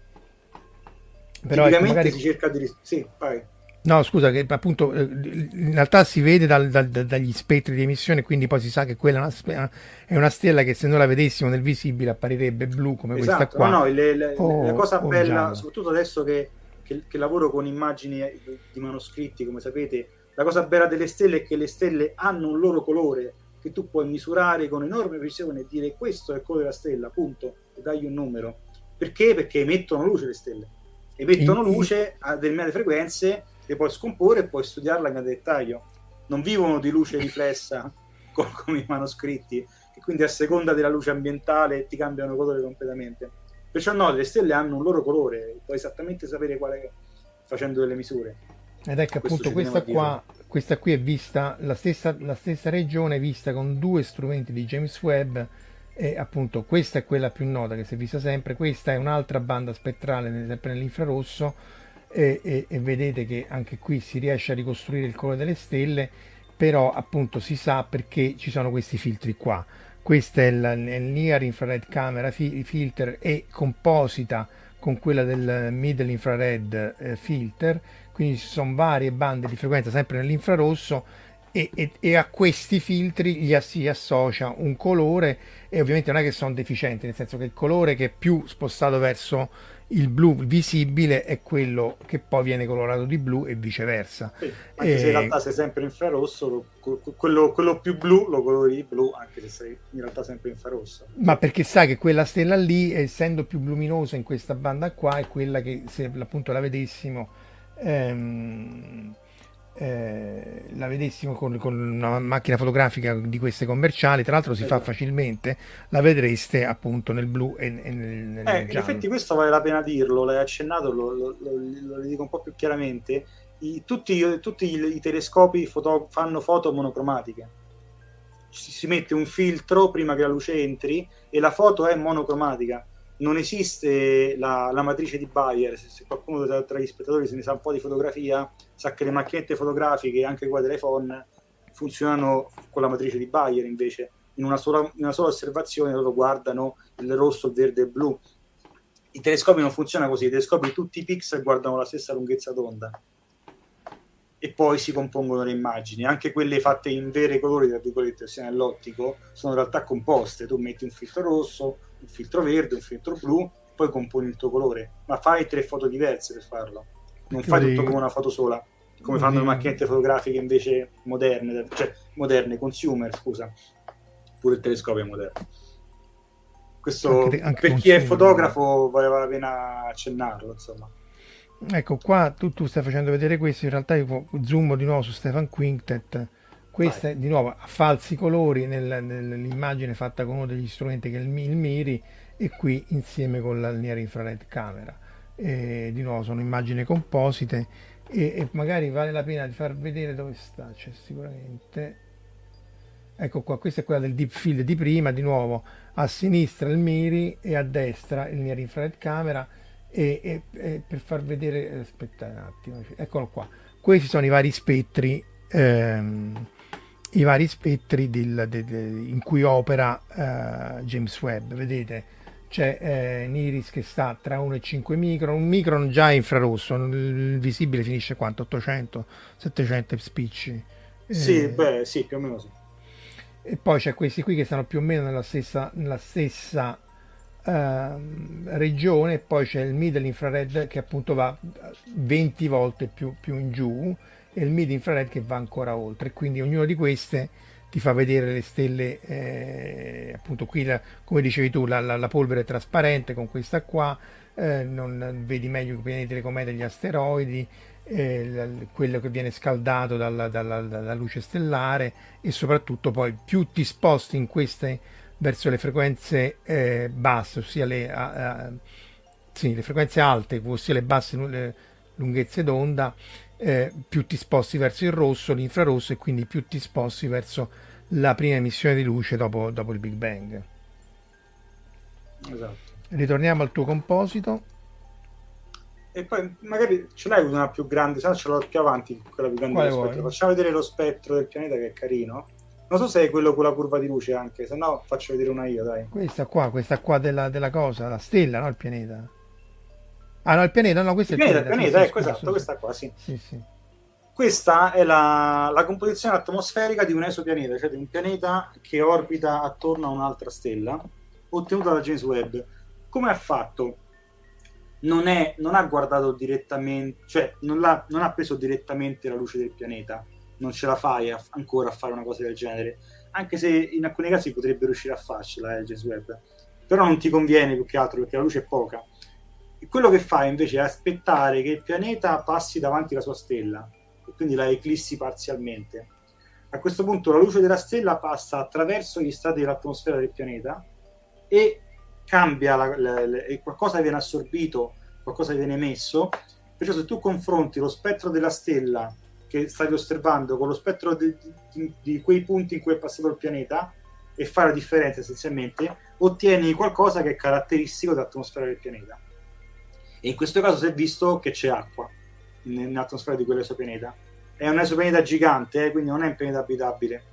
Però Tipicamente ecco, magari... si cerca di... Sì, vai. No, scusa, che appunto in realtà si vede dal, dal, dagli spettri di emissione, quindi poi si sa che quella è una, è una stella che se noi la vedessimo nel visibile apparirebbe blu come esatto. questa qua. No, no, le, le, o, la cosa bella, giallo. soprattutto adesso che, che, che lavoro con immagini di manoscritti, come sapete, la cosa bella delle stelle è che le stelle hanno un loro colore che tu puoi misurare con enorme precisione e dire questo è il colore della stella, punto, e dagli un numero. Perché? Perché emettono luce le stelle. Emettono In, luce a determinate frequenze, le puoi scomporre e puoi studiarla in dettaglio. Non vivono di luce riflessa come, come i manoscritti, che quindi a seconda della luce ambientale ti cambiano colore completamente. Perciò no, le stelle hanno un loro colore, puoi esattamente sapere qual è facendo delle misure. Ed ecco Questo appunto questa qua, questa qui è vista, la stessa, la stessa regione è vista con due strumenti di James Webb, e appunto questa è quella più nota che si è vista sempre, questa è un'altra banda spettrale sempre nell'infrarosso, e, e, e vedete che anche qui si riesce a ricostruire il colore delle stelle, però appunto si sa perché ci sono questi filtri qua. Questo è il, il Near Infrared Camera Filter, e composita con quella del Middle Infrared eh, Filter, quindi ci sono varie bande di frequenza sempre nell'infrarosso, e, e, e a questi filtri gli si associa un colore, e ovviamente non è che sono deficienti, nel senso che il colore che è più spostato verso il blu visibile è quello che poi viene colorato di blu e viceversa. Sì, anche e... se in realtà sei sempre infrarosso, quello, quello più blu lo colori di blu, anche se sei in realtà sempre infrarosso. Ma perché sai che quella stella lì, essendo più luminosa in questa banda qua, è quella che se appunto la vedessimo ehm, eh, la vedessimo con, con una macchina fotografica di queste commerciali, tra l'altro si esatto. fa facilmente, la vedreste appunto nel blu e, e nel, nel eh, giallo. In effetti questo vale la pena dirlo, l'hai accennato, lo, lo, lo, lo dico un po' più chiaramente. I, tutti, tutti i, i telescopi foto, fanno foto monocromatiche, si, si mette un filtro prima che la luce entri e la foto è monocromatica. Non esiste la, la matrice di Bayer. Se, se qualcuno tra, tra gli spettatori se ne sa un po' di fotografia, sa che le macchinette fotografiche, anche quelle dell'iPhone, funzionano con la matrice di Bayer. Invece in una sola, in una sola osservazione loro guardano il rosso, il verde e il blu. I telescopi non funzionano così, i telescopi tutti i pixel guardano la stessa lunghezza d'onda e poi si compongono le immagini. Anche quelle fatte in veri colori, tra virgolette, ossia nell'ottico, sono in realtà composte. Tu metti un filtro rosso, un filtro verde, un filtro blu, poi componi il tuo colore, ma fai tre foto diverse per farlo, non fai tutto come una foto sola, come fanno le macchinette fotografiche invece moderne, cioè moderne, consumer, scusa, pure il telescopio è moderno. Questo anche, anche per chi è fotografo valeva la pena accennarlo, insomma. Ecco qua tu, tu stai facendo vedere questo, in realtà io zoom di nuovo su Stefan Quintet. Questa è di nuovo a falsi colori nel, nell'immagine fatta con uno degli strumenti che è il, il Miri, e qui insieme con la Near Infrared Camera. E di nuovo sono immagini composite, e, e magari vale la pena di far vedere dove sta, c'è sicuramente. Ecco qua, questa è quella del Deep Field di prima, di nuovo a sinistra il Miri e a destra il Near Infrared Camera, e, e, e per far vedere, aspettate un attimo, eccolo qua, questi sono i vari spettri ehm, i vari spettri del, de, de, in cui opera uh, James Webb. Vedete c'è eh, Niris che sta tra uno e cinque micron, un micron già è infrarosso, il visibile finisce quanto? ottocento settecento spicci. Sì, eh, beh, sì, più o meno sì. E poi c'è questi qui che stanno più o meno nella stessa, nella stessa uh, regione, e poi c'è il middle infrared che appunto va venti volte più, più in giù, e il mid infrared che va ancora oltre, quindi ognuno di queste ti fa vedere le stelle, eh, appunto qui la, come dicevi tu la, la, la polvere è trasparente con questa qua, eh, non vedi meglio i pianeti, le comete e gli asteroidi, eh, la, quello che viene scaldato dalla, dalla, dalla luce stellare, e soprattutto poi più ti sposti in queste verso le frequenze eh, basse, ossia le, a, a, sì, le frequenze alte, ossia le basse le lunghezze d'onda, Eh, più ti sposti verso il rosso, l'infrarosso, e quindi più ti sposti verso la prima emissione di luce dopo, dopo il Big Bang. Esatto. Ritorniamo al tuo composito. E poi magari ce l'hai una più grande, se no ce l'ho più avanti, quella più grande. Dello spettro. Facciamo vedere lo spettro del pianeta, che è carino. Non so se è quello con la curva di luce anche, se no faccio vedere una io, dai. Questa qua, questa qua della, della cosa, la stella, no? Il pianeta. Ah no, il pianeta, no, questo il è il pianeta, pianeta, il pianeta, sì, ecco, scusa, esatto, scusa. questa qua, sì. Sì, sì. Questa è la, la composizione atmosferica di un esopianeta, cioè di un pianeta che orbita attorno a un'altra stella, ottenuta da James Webb. Come ha fatto? Non, è, non ha guardato direttamente, cioè non, l'ha, non ha preso direttamente la luce del pianeta, non ce la fai a, ancora a fare una cosa del genere, anche se in alcuni casi potrebbe riuscire a farcela, eh, James Webb, però non ti conviene più che altro perché la luce è poca. Quello che fa invece è aspettare che il pianeta passi davanti alla sua stella e quindi la eclissi parzialmente. A questo punto la luce della stella passa attraverso gli strati dell'atmosfera del pianeta e cambia la, la, la, e qualcosa viene assorbito, qualcosa viene emesso. Perciò se tu confronti lo spettro della stella che stavi osservando con lo spettro di, di, di quei punti in cui è passato il pianeta e fai la differenza, essenzialmente ottieni qualcosa che è caratteristico dell'atmosfera del pianeta. E in questo caso si è visto che c'è acqua nell'atmosfera di quell'esopianeta. È un esopianeta gigante, eh, quindi non è un pianeta abitabile.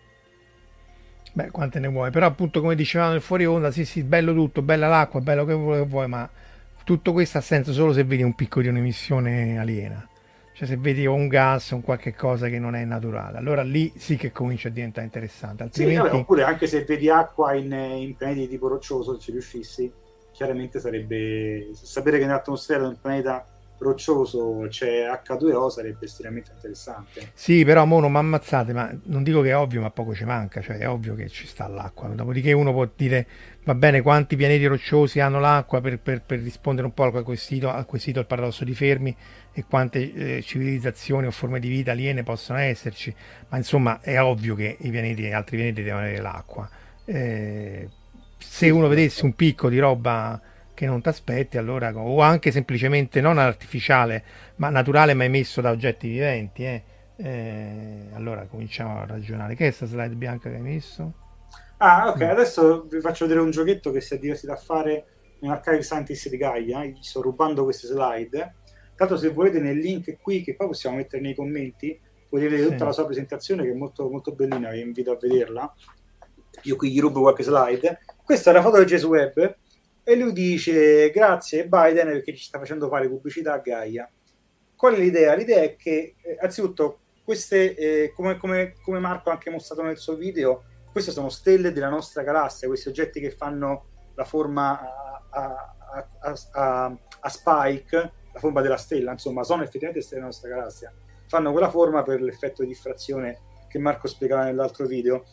Beh, quante ne vuoi? Però appunto, come dicevamo nel fuori onda, sì sì, bello tutto, bella l'acqua, bello che vuoi, ma tutto questo ha senso solo se vedi un picco di un'emissione aliena. Cioè se vedi un gas o un qualche cosa che non è naturale, allora lì sì che comincia a diventare interessante. Altrimenti... Sì, vabbè, oppure anche se vedi acqua in, in pianeti tipo roccioso, se ci riuscissi, chiaramente sarebbe sapere che nell'atmosfera di un pianeta roccioso c'è acca due o sarebbe estremamente interessante. Sì, però mo non mi ammazzate, ma non dico che è ovvio, ma poco ci manca, cioè è ovvio che ci sta l'acqua. Dopodiché uno può dire va bene, quanti pianeti rocciosi hanno l'acqua per, per, per rispondere un po' al quesito, al quesito al paradosso di Fermi, e quante eh, civilizzazioni o forme di vita aliene possono esserci, ma insomma è ovvio che i pianeti e altri pianeti devono avere l'acqua. Eh, se uno vedesse un picco di roba che non ti aspetti, allora, o anche semplicemente non artificiale ma naturale, ma emesso da oggetti viventi, eh, eh, allora cominciamo a ragionare. Che è questa slide bianca che hai messo? Ah, ok, adesso vi faccio vedere un giochetto che si è divertito a fare in Archive Scientist di Gaia. Gli sto rubando queste slide. Tanto se volete nel link qui, che poi possiamo mettere nei commenti, potete vedere Sì. tutta la sua presentazione, che è molto, molto bellina, vi invito a vederla. Io qui gli rubo qualche slide. Questa è la foto di James Webb e lui dice grazie Biden perché ci sta facendo fare pubblicità a Gaia. Qual è l'idea? L'idea è che eh, anzitutto queste, eh, come, come, come Marco ha anche mostrato nel suo video, queste sono stelle della nostra galassia, questi oggetti che fanno la forma a, a, a, a, a spike, la forma della stella, insomma sono effettivamente stelle della nostra galassia, fanno quella forma per l'effetto di diffrazione che Marco spiegava nell'altro video.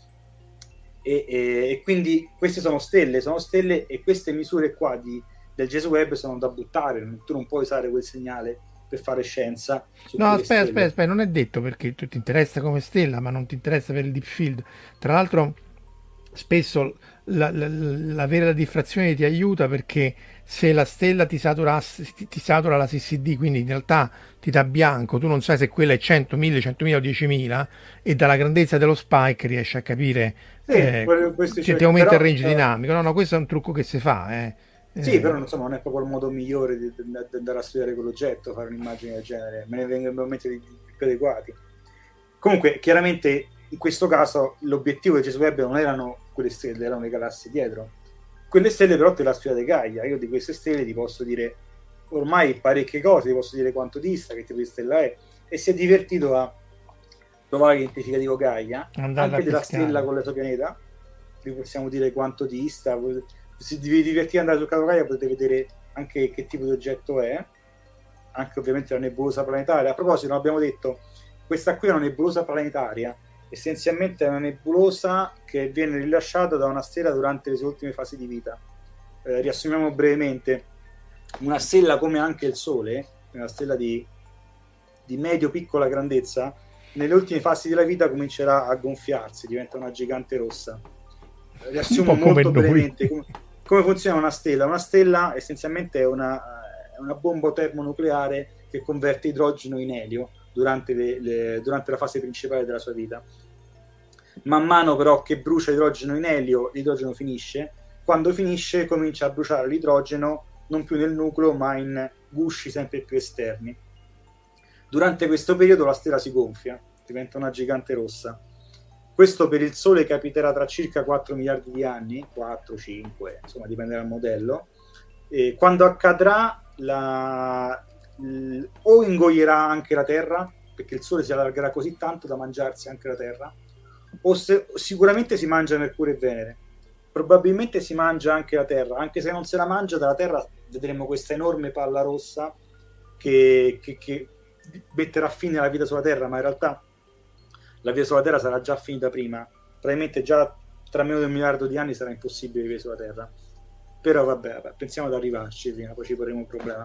E, e, e quindi queste sono stelle, sono stelle e queste misure qua di, del James Webb sono da buttare, tu non puoi usare quel segnale per fare scienza. No, aspetta, aspetta, aspetta, non è detto, perché tu ti interessa come stella, ma non ti interessa per il deep field. Tra l'altro, spesso la, la, l'avere la diffrazione ti aiuta, perché se la stella ti satura, ti, ti satura la C C D, quindi in realtà ti dà bianco, tu non sai se quella è cento, mille, centomila o diecimila, e dalla grandezza dello spike riesci a capire, sì, eh, questo, ti aumenta però, il range eh, dinamico. No, no, questo è un trucco che si fa, eh. Sì, eh. Però insomma non è proprio il modo migliore di, di, di andare a studiare quell'oggetto, fare un'immagine del genere, me ne vengono momenti di, di più adeguati. Comunque, chiaramente in questo caso l'obiettivo di James Webb non erano quelle stelle, erano le galassie dietro. Quelle stelle però te le ha studiate Gaia. Io di queste stelle ti posso dire ormai parecchie cose, ti posso dire quanto dista, che tipo di stella è, e si è divertito a provare l'identificativo Gaia, Andare anche della stella con l'esopianeta, vi possiamo dire quanto dista. Se vi divertite ad andare sul caso Gaia potete vedere anche che tipo di oggetto è, anche ovviamente la nebulosa planetaria. A proposito, non abbiamo detto, questa qui è una nebulosa planetaria, essenzialmente è una nebulosa che viene rilasciata da una stella durante le sue ultime fasi di vita. Eh, riassumiamo brevemente: una stella come anche il Sole, una stella di, di medio-piccola grandezza, nelle ultime fasi della vita comincerà a gonfiarsi, diventa una gigante rossa. Riassumo molto brevemente come, come funziona una stella. Una stella essenzialmente è una, è una bomba termonucleare che converte idrogeno in elio durante, le, le, durante la fase principale della sua vita. Man mano però che brucia idrogeno in elio, l'idrogeno finisce. Quando finisce comincia a bruciare l'idrogeno non più nel nucleo ma in gusci sempre più esterni. Durante questo periodo la stella si gonfia, diventa una gigante rossa. Questo per il Sole capiterà tra circa quattro miliardi di anni, quattro, cinque, insomma dipende dal modello. E quando accadrà la... l... o ingoierà anche la Terra, perché il Sole si allargherà così tanto da mangiarsi anche la Terra, o se... sicuramente si mangia Mercurio e Venere. Probabilmente si mangia anche la Terra, anche se non se la mangia, dalla Terra vedremo questa enorme palla rossa che, che, che metterà fine alla vita sulla Terra, ma in realtà la vita sulla Terra sarà già finita prima. Probabilmente già tra meno di un miliardo di anni sarà impossibile vivere sulla Terra. Però vabbè, vabbè, pensiamo ad arrivarci prima, poi ci porremo un problema.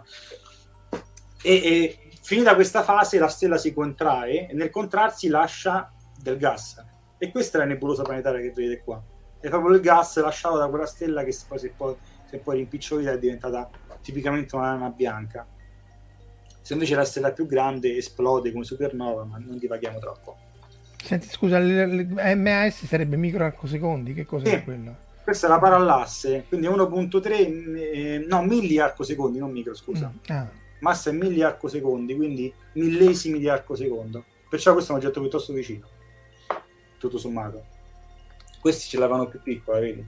E, e finita questa fase la stella si contrae e nel contrarsi lascia del gas. E questa è la nebulosa planetaria che vedete qua. È proprio il gas lasciato da quella stella che poi si è poi, si è poi rimpicciolita e è diventata tipicamente una nana bianca. Se invece la stella più grande esplode come supernova, ma non divaghiamo troppo. Senti, scusa, M A S sarebbe microarcosecondi? Che cos'è sì, quello? Questa è la parallasse, quindi uno virgola tre, eh, no, milliarcosecondi, non micro, scusa. Mm, ah. Massa è milliarcosecondi, quindi millesimi di arcosecondo. Perciò questo è un oggetto piuttosto vicino, tutto sommato. Questi ce l'avevano più piccola, vedi?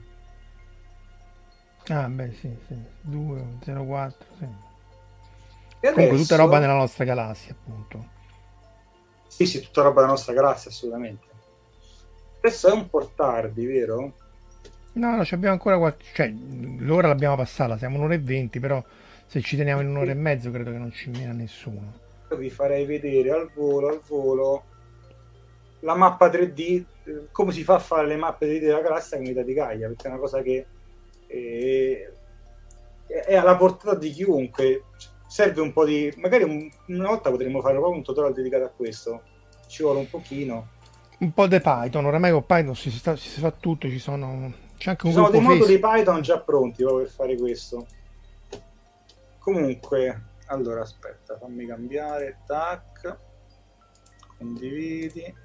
Ah, beh, sì, sì. due, zero, quattro, sì. E comunque adesso... tutta roba nella nostra galassia, appunto. Sì, sì, tutta roba della nostra galassia, assolutamente. Adesso è un po' tardi, vero? No, no, ci abbiamo ancora qualche... Cioè, l'ora l'abbiamo passata, siamo un'ora e venti, però se ci teniamo in un'ora e mezzo credo che non ci mena nessuno. Io vi farei vedere al volo, al volo, la mappa tre D, come si fa a fare le mappe tre D della galassia con l'unità di Gaia, perché è una cosa che è, è alla portata di chiunque. Serve un po' di... magari un, una volta potremmo fare proprio un tutorial dedicato a questo, ci vuole un pochino. Un po' di Python, oramai con Python si, sta, si fa tutto, ci sono... C'è anche un ci sono dei Facebook. moduli Python già pronti proprio per fare questo. Comunque, allora aspetta, fammi cambiare, tac, condividi.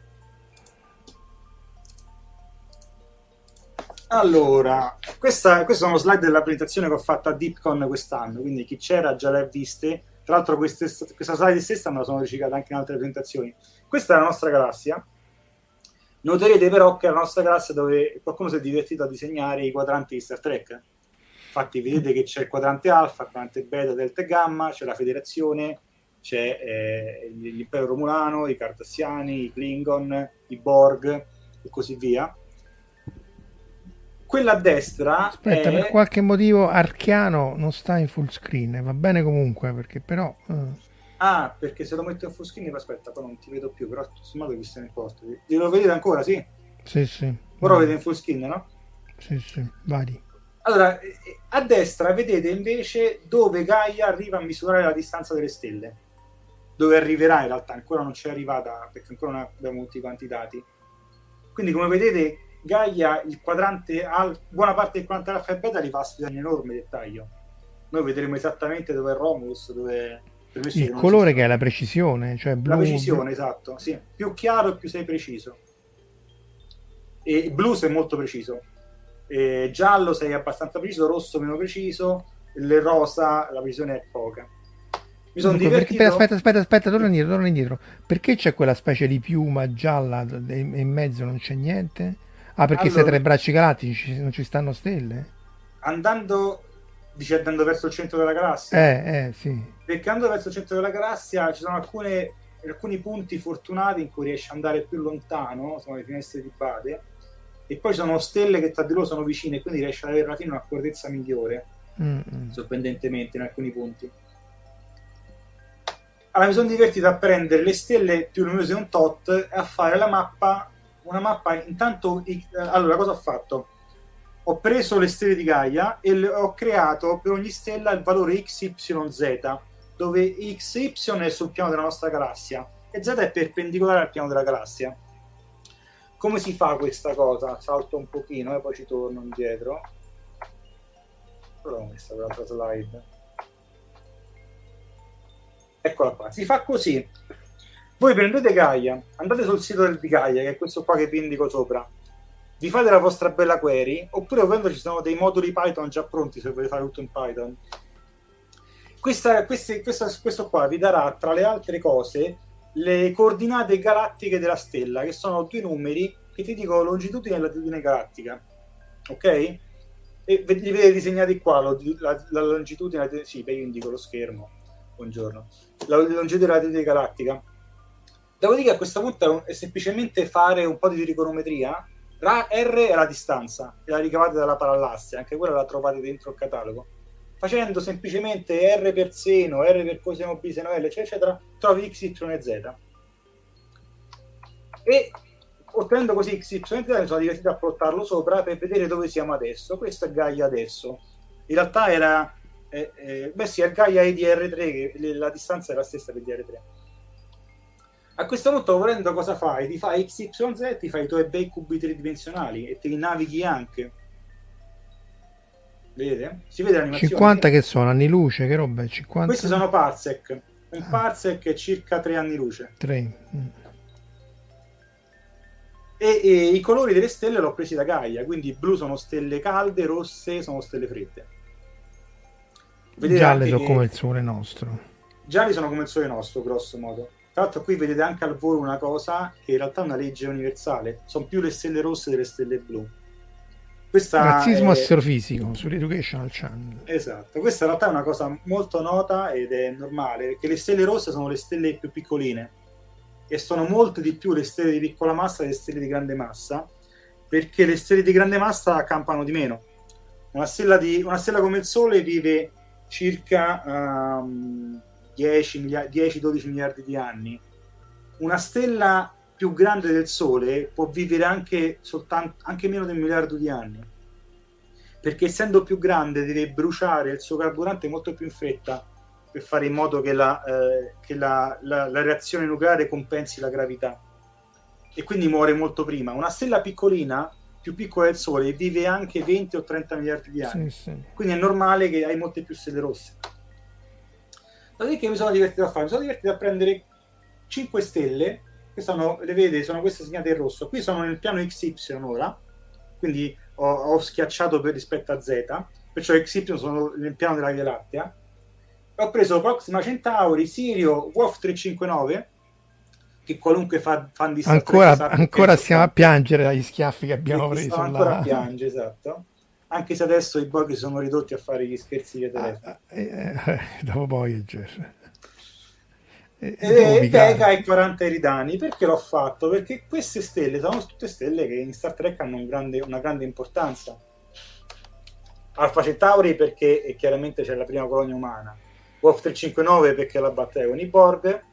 Allora, questa, questo è uno slide della presentazione che ho fatto a DeepCon quest'anno, quindi chi c'era già le ha viste. Tra l'altro queste, questa slide stessa me la sono riciclata anche in altre presentazioni. Questa è la nostra galassia. Noterete però che è la nostra galassia dove qualcuno si è divertito a disegnare i quadranti di Star Trek. Infatti vedete che c'è il quadrante alfa, il quadrante beta, delta e gamma, c'è la federazione, c'è eh, l'impero romulano, i cardassiani, i Klingon, i Borg e così via. Quella a destra aspetta, è... per qualche motivo Archiano non sta in full screen, va bene comunque, perché però... Uh... Ah, perché se lo metto in full screen, aspetta, poi non ti vedo più, però tutto sommato che stai nel posto. Vi lo vedete ancora, sì? Sì, sì. Ora lo vedete in full screen, no? Sì, sì, vari. Allora, a destra vedete invece dove Gaia arriva a misurare la distanza delle stelle. Dove arriverà in realtà, ancora non c'è arrivata, perché ancora non abbiamo tutti quanti i dati. Quindi come vedete... Gaia, il quadrante al, buona parte del quadrante alfa e beta li fa in enorme dettaglio. Noi vedremo esattamente dove è Romulus, dove il colore che è la precisione, cioè blu, la precisione, blu. Esatto, sì. Più chiaro più sei preciso. E il blu sei molto preciso. E giallo sei abbastanza preciso, rosso meno preciso, il rosa la precisione è poca. Mi sono Dunque, divertito. Perché, aspetta, aspetta, aspetta, torna indietro, torna indietro. Perché c'è quella specie di piuma gialla e in mezzo non c'è niente? Ah, perché allora, siete tre bracci galattici, non ci stanno stelle? Andando, dice andando verso il centro della galassia. Eh, eh, sì. Perché andando verso il centro della galassia ci sono alcune, alcuni punti fortunati in cui riesce ad andare più lontano, sono le finestre di Bade, e poi ci sono stelle che tra di loro sono vicine, quindi riesce ad avere alla fine un'accortezza migliore, mm-hmm. sorprendentemente in alcuni punti. Allora mi sono divertito a prendere le stelle più luminose di un tot e a fare la mappa una mappa, intanto, allora cosa ho fatto? Ho preso le stelle di Gaia e le, ho creato per ogni stella il valore X Y Z, dove X Y è sul piano della nostra galassia e Z è perpendicolare al piano della galassia. Come si fa questa cosa? Salto un pochino e poi ci torno indietro. Però questa è l'altra slide. Eccola qua. Si fa così. Voi prendete Gaia, andate sul sito di Gaia, che è questo qua che vi indico sopra, vi fate la vostra bella query, oppure ovviamente ci sono dei moduli Python già pronti se volete fare tutto in Python. Questa, queste, questa, questo qua vi darà, tra le altre cose, le coordinate galattiche della stella, che sono due numeri che ti dicono longitudine e latitudine galattica. Ok? E li vedete disegnati qua, la, la, la longitudine, la, sì, beh, io indico lo schermo. Buongiorno. La longitudine e la latitudine galattica. Dopodiché a questo punto è semplicemente fare un po' di trigonometria. R è la distanza, e la ricavate dalla parallassia, anche quella la trovate dentro il catalogo. Facendo semplicemente R per seno, R per coseno B, seno L, eccetera, eccetera, trovi X, Y e Z. E ottenendo così X, Y e Z mi sono divertito a plottarlo sopra per vedere dove siamo adesso. Questo è Gaia adesso. In realtà era... Eh, eh, beh sì, è Gaia E D R tre, che la distanza è la stessa per D R tre. A questo punto, volendo, cosa fai? Ti fai X Y Z, ti fai i tuoi bei cubi tridimensionali e te li navighi anche. Vedete? Si vede l'animazione? cinquanta che sono? Anni luce? Che roba è? cinquanta? Questi sono parsec. Un ah. parsec è circa tre anni luce. tre. Mm. E, e i colori delle stelle l'ho presi da Gaia, quindi blu sono stelle calde, rosse sono stelle fredde. Vedete, gialle sono che... come il sole nostro. Gialli sono come il sole nostro, grosso modo. Tra l'altro qui vedete anche al volo una cosa che in realtà è una legge universale, sono più le stelle rosse delle stelle blu. Questa razzismo è... astrofisico sull'Educational Channel. Esatto, questa in realtà è una cosa molto nota ed è normale, perché le stelle rosse sono le stelle più piccoline e sono molte di più le stelle di piccola massa delle stelle di grande massa, perché le stelle di grande massa campano di meno. Una stella, di... una stella come il Sole vive circa... Um... dieci dodici miliardi di anni. Una stella più grande del Sole può vivere anche soltanto anche meno di un miliardo di anni, perché essendo più grande deve bruciare il suo carburante molto più in fretta per fare in modo che la, eh, che la, la, la reazione nucleare compensi la gravità, e quindi muore molto prima. Una stella piccolina, più piccola del Sole, vive anche venti o trenta miliardi di anni, sì, sì. Quindi è normale che hai molte più stelle rosse. Che mi sono divertito a fare? Mi sono divertito a prendere cinque stelle, che sono, le vede, sono queste segnate in rosso. Qui sono nel piano X Y ora, quindi ho, ho schiacciato per rispetto a Z, perciò X Y sono nel piano della Via Lattea. Ho preso Proxima Centauri, Sirio, Wolf trecentocinquantanove, che qualunque fa, fan di Star Trek ancora, ancora stiamo a piangere dagli schiaffi che abbiamo preso. Ancora là. a piangere, esatto. Anche se adesso i Borg si sono ridotti a fare gli scherzi di telefono. Ah, eh, eh, dopo Voyager. E, e Vega e quaranta Eridani. Perché l'ho fatto? Perché queste stelle sono tutte stelle che in Star Trek hanno un grande, una grande importanza. Alfa Centauri perché e chiaramente c'è la prima colonia umana. Wolf trecentocinquantanove perché la battaglia con i Borg.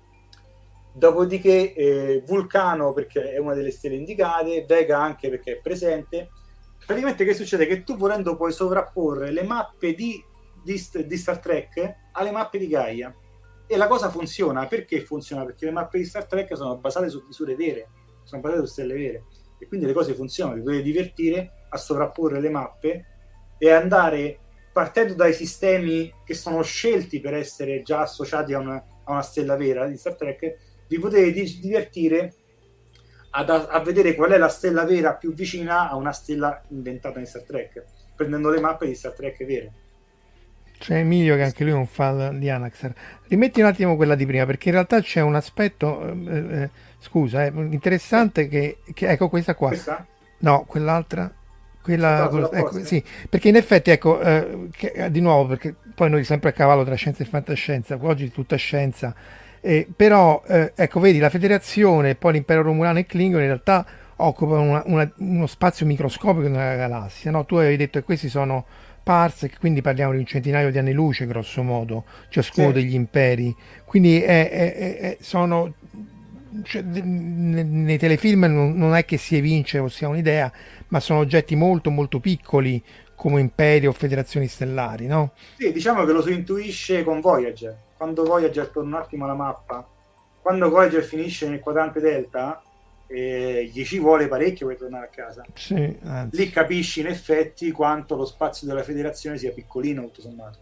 Dopodiché eh, Vulcano perché è una delle stelle indicate. Vega anche perché è presente. Praticamente che succede? Che tu volendo puoi sovrapporre le mappe di, di, di Star Trek alle mappe di Gaia, e la cosa funziona. Perché funziona? Perché le mappe di Star Trek sono basate su misure vere, sono basate su stelle vere, e quindi le cose funzionano. Ti puoi divertire a sovrapporre le mappe e andare partendo dai sistemi che sono scelti per essere già associati a una, a una stella vera di Star Trek. Vi potete di, divertire A, a vedere qual è la stella vera più vicina a una stella inventata in Star Trek, prendendo le mappe di Star Trek vere. C'è Emilio che anche lui è un fan di Anaxar. Rimetti un attimo quella di prima, perché in realtà c'è un aspetto eh, eh, scusa, eh, interessante che, che ecco questa qua. Questa? No, quell'altra quella, quella ecco, sì, perché in effetti ecco eh, che, di nuovo, perché poi noi sempre a cavallo tra scienza e fantascienza, oggi è tutta scienza. Eh, però eh, ecco vedi la Federazione, poi l'impero romulano e Klingon in realtà occupano una, una, uno spazio microscopico nella galassia, no? Tu avevi detto che questi sono parsec, quindi parliamo di un centinaio di anni luce grosso modo ciascuno sì. degli imperi, quindi è, è, è, sono cioè, nei, nei telefilm non, non è che si evince o si ha un'idea, ma sono oggetti molto molto piccoli come imperi o federazioni stellari, no? Sì, diciamo che lo si intuisce con Voyager. Quando Voyager torna un attimo alla mappa, quando Voyager finisce nel quadrante delta, eh, gli ci vuole parecchio per tornare a casa. Sì, anzi. Lì capisci in effetti quanto lo spazio della federazione sia piccolino, tutto sommato.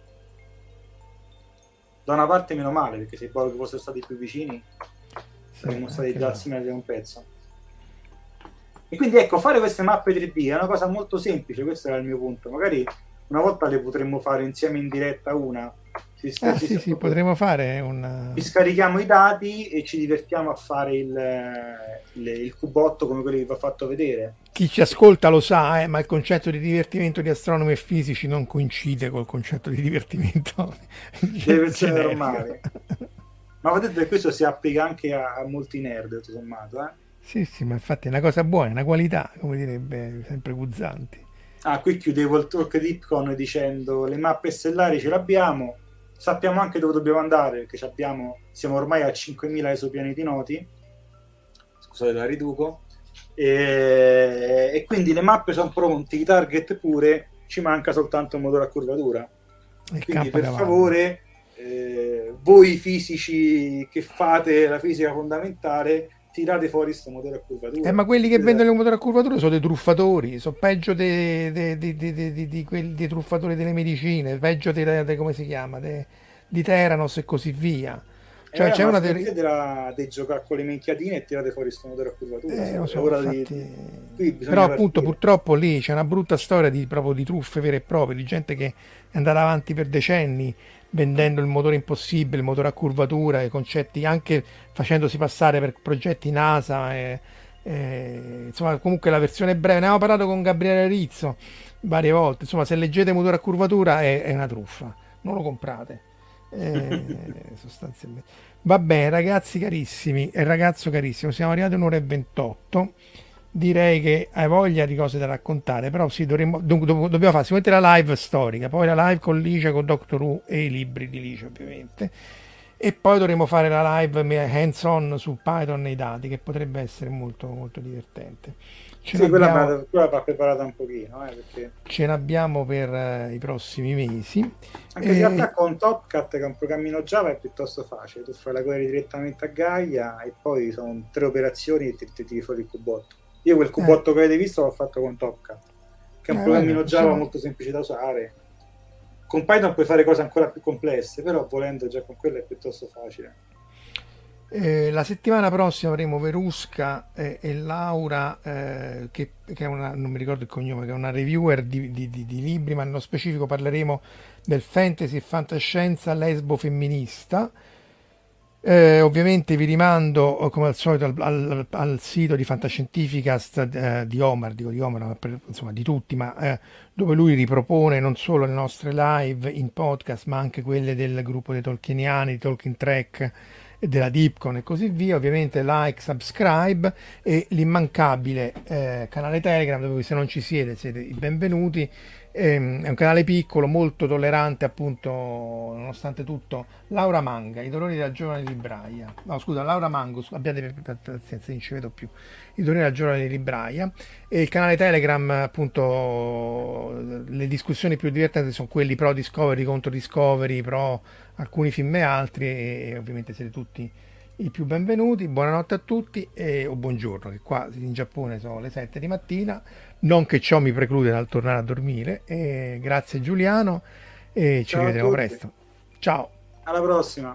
Da una parte meno male, perché se poi fossero stati più vicini Sì, saremmo stati anche già no. al simile di un pezzo. E quindi ecco, fare queste mappe tre D è una cosa molto semplice, questo era il mio punto. Magari una volta le potremmo fare insieme in diretta una. Si Ah, si- sì, si- sì, potremmo fare un... ci scarichiamo i dati e ci divertiamo a fare il, il, il cubotto come quello che vi ho fatto vedere. Chi ci ascolta lo sa, eh, ma il concetto di divertimento di astronomi e fisici non coincide col concetto di divertimento Delle persone generico. normali. Ma vedete che questo si applica anche a, a molti nerd, tutto sommato, eh? Sì, sì, ma infatti è una cosa buona, è una qualità, come direbbe sempre Guzzanti. Ah, qui chiudevo il talk di Ipcon dicendo le mappe stellari ce l'abbiamo, sappiamo anche dove dobbiamo andare, perché ci abbiamo, siamo ormai a cinquemila esopianeti noti, scusate la riduco, e, e quindi le mappe sono pronte, i target pure, ci manca soltanto il motore a curvatura. Il Quindi K per cavallo. favore, eh, voi fisici che fate la fisica fondamentale, tirate fuori questo motore a curvatura. Eh, ma quelli che vendono il motore a curvatura sono dei truffatori, sono peggio dei, dei, dei, dei, dei, dei- di quelli dei truffatori delle medicine, peggio dei, dei- come si chiama, dei- di Theranos e così via. Cioè Eh, c'è ma una smettete teoria... della- di giocare con le minchiatine e tirate fuori questo motore a curvatura. Eh, lo È so, ora di- infatti... qui bisogna Però appunto partire. purtroppo lì c'è una brutta storia di, proprio di truffe vere e proprie, di gente che è andata avanti per decenni vendendo il motore impossibile, il motore a curvatura, i concetti anche facendosi passare per progetti NASA. E, e, insomma, comunque la versione breve, ne avevo parlato con Gabriele Rizzo varie volte. Insomma, se leggete motore a curvatura è, è una truffa, non lo comprate. Eh, sostanzialmente. Va bene, ragazzi carissimi e ragazzo carissimo, siamo arrivati a un'ora e ventotto. Direi che hai voglia di cose da raccontare, però sì, dovremmo, do- do- dobbiamo fare sicuramente la live storica, poi la live con Licia, con Doctor Who e i libri di Licia ovviamente, e poi dovremo fare la live hands on su Python e i dati, che potrebbe essere molto molto divertente. Ce Sì, quella, n'abbiamo- va- quella va preparata un pochino, eh, perché ce n'abbiamo per eh, i prossimi mesi. anche in E- realtà con TopCat, che è un programmino Java, è piuttosto facile. Tu fai la query direttamente a Gaia e poi sono tre operazioni e ti, ti tiri fuori il cubotto. Io quel cubotto che avete visto l'ho fatto con TopCat, che è un Eh, programmino vabbè, Java possiamo- molto semplice da usare. Con Python puoi fare cose ancora più complesse, però volendo già con quello è piuttosto facile. Eh, la settimana prossima avremo Verusca eh, e Laura, eh, che, che è una, non mi ricordo il cognome, che è una reviewer di, di- di- di libri, ma nello specifico parleremo del fantasy e fantascienza lesbo femminista. Eh, ovviamente vi rimando eh, come al solito al, al- al sito di Fantascientificast eh, di Omar, dico di Omar, ma per- insomma di tutti, ma eh, dove lui ripropone non solo le nostre live in podcast, ma anche quelle del gruppo dei Tolkieniani, di Talking Track e della Deepcon e così via. Ovviamente like, subscribe e l'immancabile eh, canale Telegram, dove se non ci siete siete i benvenuti. Ehm, è un canale piccolo, molto tollerante, appunto, nonostante tutto. Laura Manga, i dolori della giovane libraia. No, scusa, Laura Mango, scu- abbiate pazienza, non ci vedo più. I dolori della giovane libraia. E il canale Telegram, appunto, le discussioni più divertenti sono quelli pro Discovery, contro Discovery, pro alcuni film e altri, e, e ovviamente siete tutti i più benvenuti. Buonanotte a tutti e, o buongiorno, che qua in Giappone sono le sette di mattina, non che ciò mi preclude dal tornare a dormire. E grazie Giuliano e ci Ciao a rivedremo tutti. presto. Ciao. Alla prossima!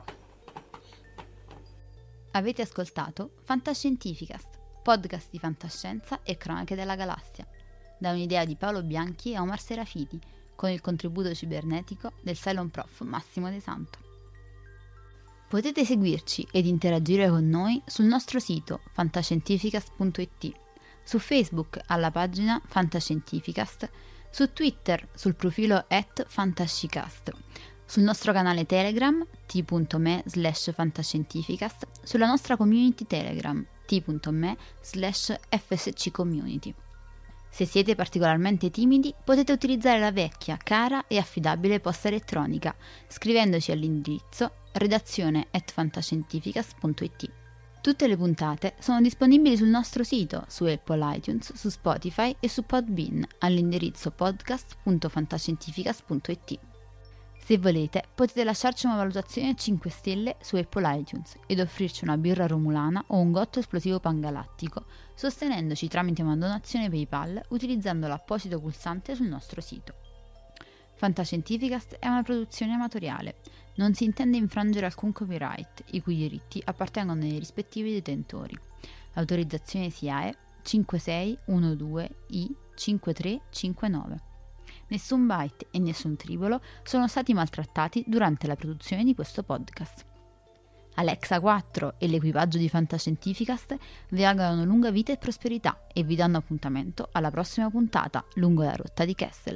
Avete ascoltato Fantascientificast, podcast di fantascienza e cronache della galassia, da un'idea di Paolo Bianchi e Omar Serafiti, con il contributo cibernetico del Cylon Prof Massimo De Santo. Potete seguirci ed interagire con noi sul nostro sito fantascientificast punto it, su Facebook alla pagina Fantascientificast, su Twitter sul profilo at fantascicast, sul nostro canale Telegram t.me slash fantascientificast, sulla nostra community Telegram t.me slash fsccommunity. Se siete particolarmente timidi, potete utilizzare la vecchia, cara e affidabile posta elettronica, scrivendoci all'indirizzo redazione at fantascientificast punto it. Tutte le puntate sono disponibili sul nostro sito, su Apple iTunes, su Spotify e su Podbean all'indirizzo podcast punto fantascientificas punto it. Se volete potete lasciarci una valutazione a cinque stelle su Apple iTunes ed offrirci una birra romulana o un gotto esplosivo pangalattico sostenendoci tramite una donazione PayPal utilizzando l'apposito pulsante sul nostro sito. Fantascientificast è una produzione amatoriale, non si intende infrangere alcun copyright, i cui diritti appartengono ai rispettivi detentori. L'autorizzazione S I A E cinque sei uno due I cinque tre cinque nove. Nessun byte e nessun tribolo sono stati maltrattati durante la produzione di questo podcast. Alexa quattro e l'equipaggio di Fantascientificast vi augurano lunga vita e prosperità e vi danno appuntamento alla prossima puntata lungo la rotta di Kessel.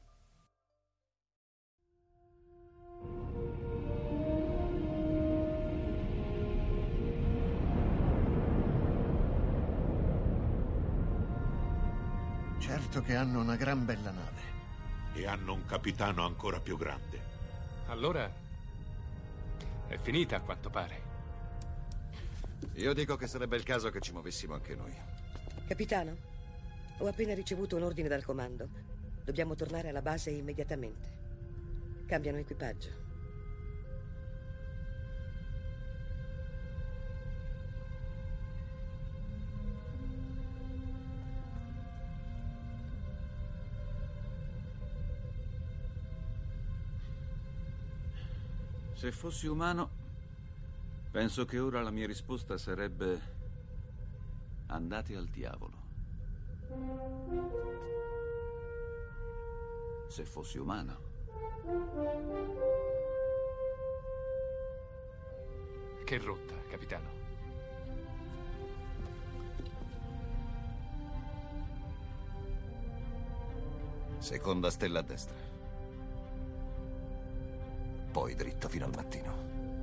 Certo che hanno una gran bella nave. E hanno un capitano ancora più grande. Allora è finita a quanto pare. Io dico che sarebbe il caso che ci muovessimo anche noi. Capitano, ho appena ricevuto un ordine dal comando. Dobbiamo tornare alla base immediatamente. Cambiano equipaggio. Se fossi umano, penso che ora la mia risposta sarebbe: andate al diavolo. Se fossi umano. Che rotta, capitano? Seconda stella a destra. Poi dritto fino al mattino.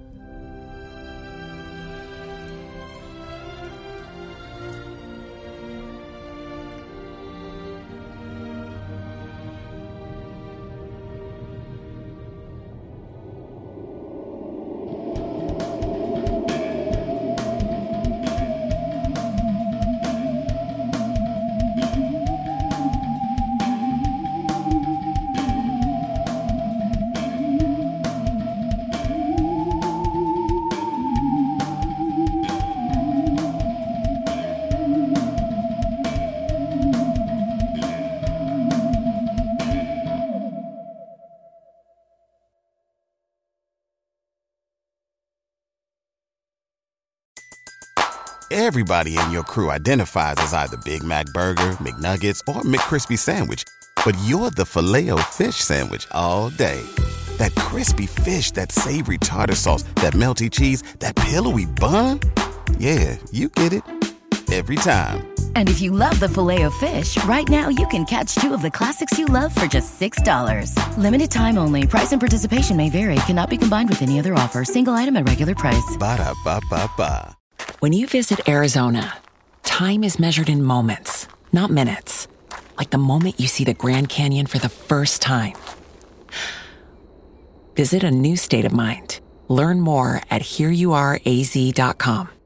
Everybody in your crew identifies as either Big Mac Burger, McNuggets, or McCrispy Sandwich. But you're the Filet-O-Fish Sandwich all day. That crispy fish, that savory tartar sauce, that melty cheese, that pillowy bun. Yeah, you get it. Every time. And if you love the Filet-O-Fish, right now you can catch two of the classics you love for just six dollars. Limited time only. Price and participation may vary. Cannot be combined with any other offer. Single item at regular price. Ba-da-ba-ba-ba. When you visit Arizona, time is measured in moments, not minutes. Like the moment you see the Grand Canyon for the first time. Visit a new state of mind. Learn more at here you are a z dot com.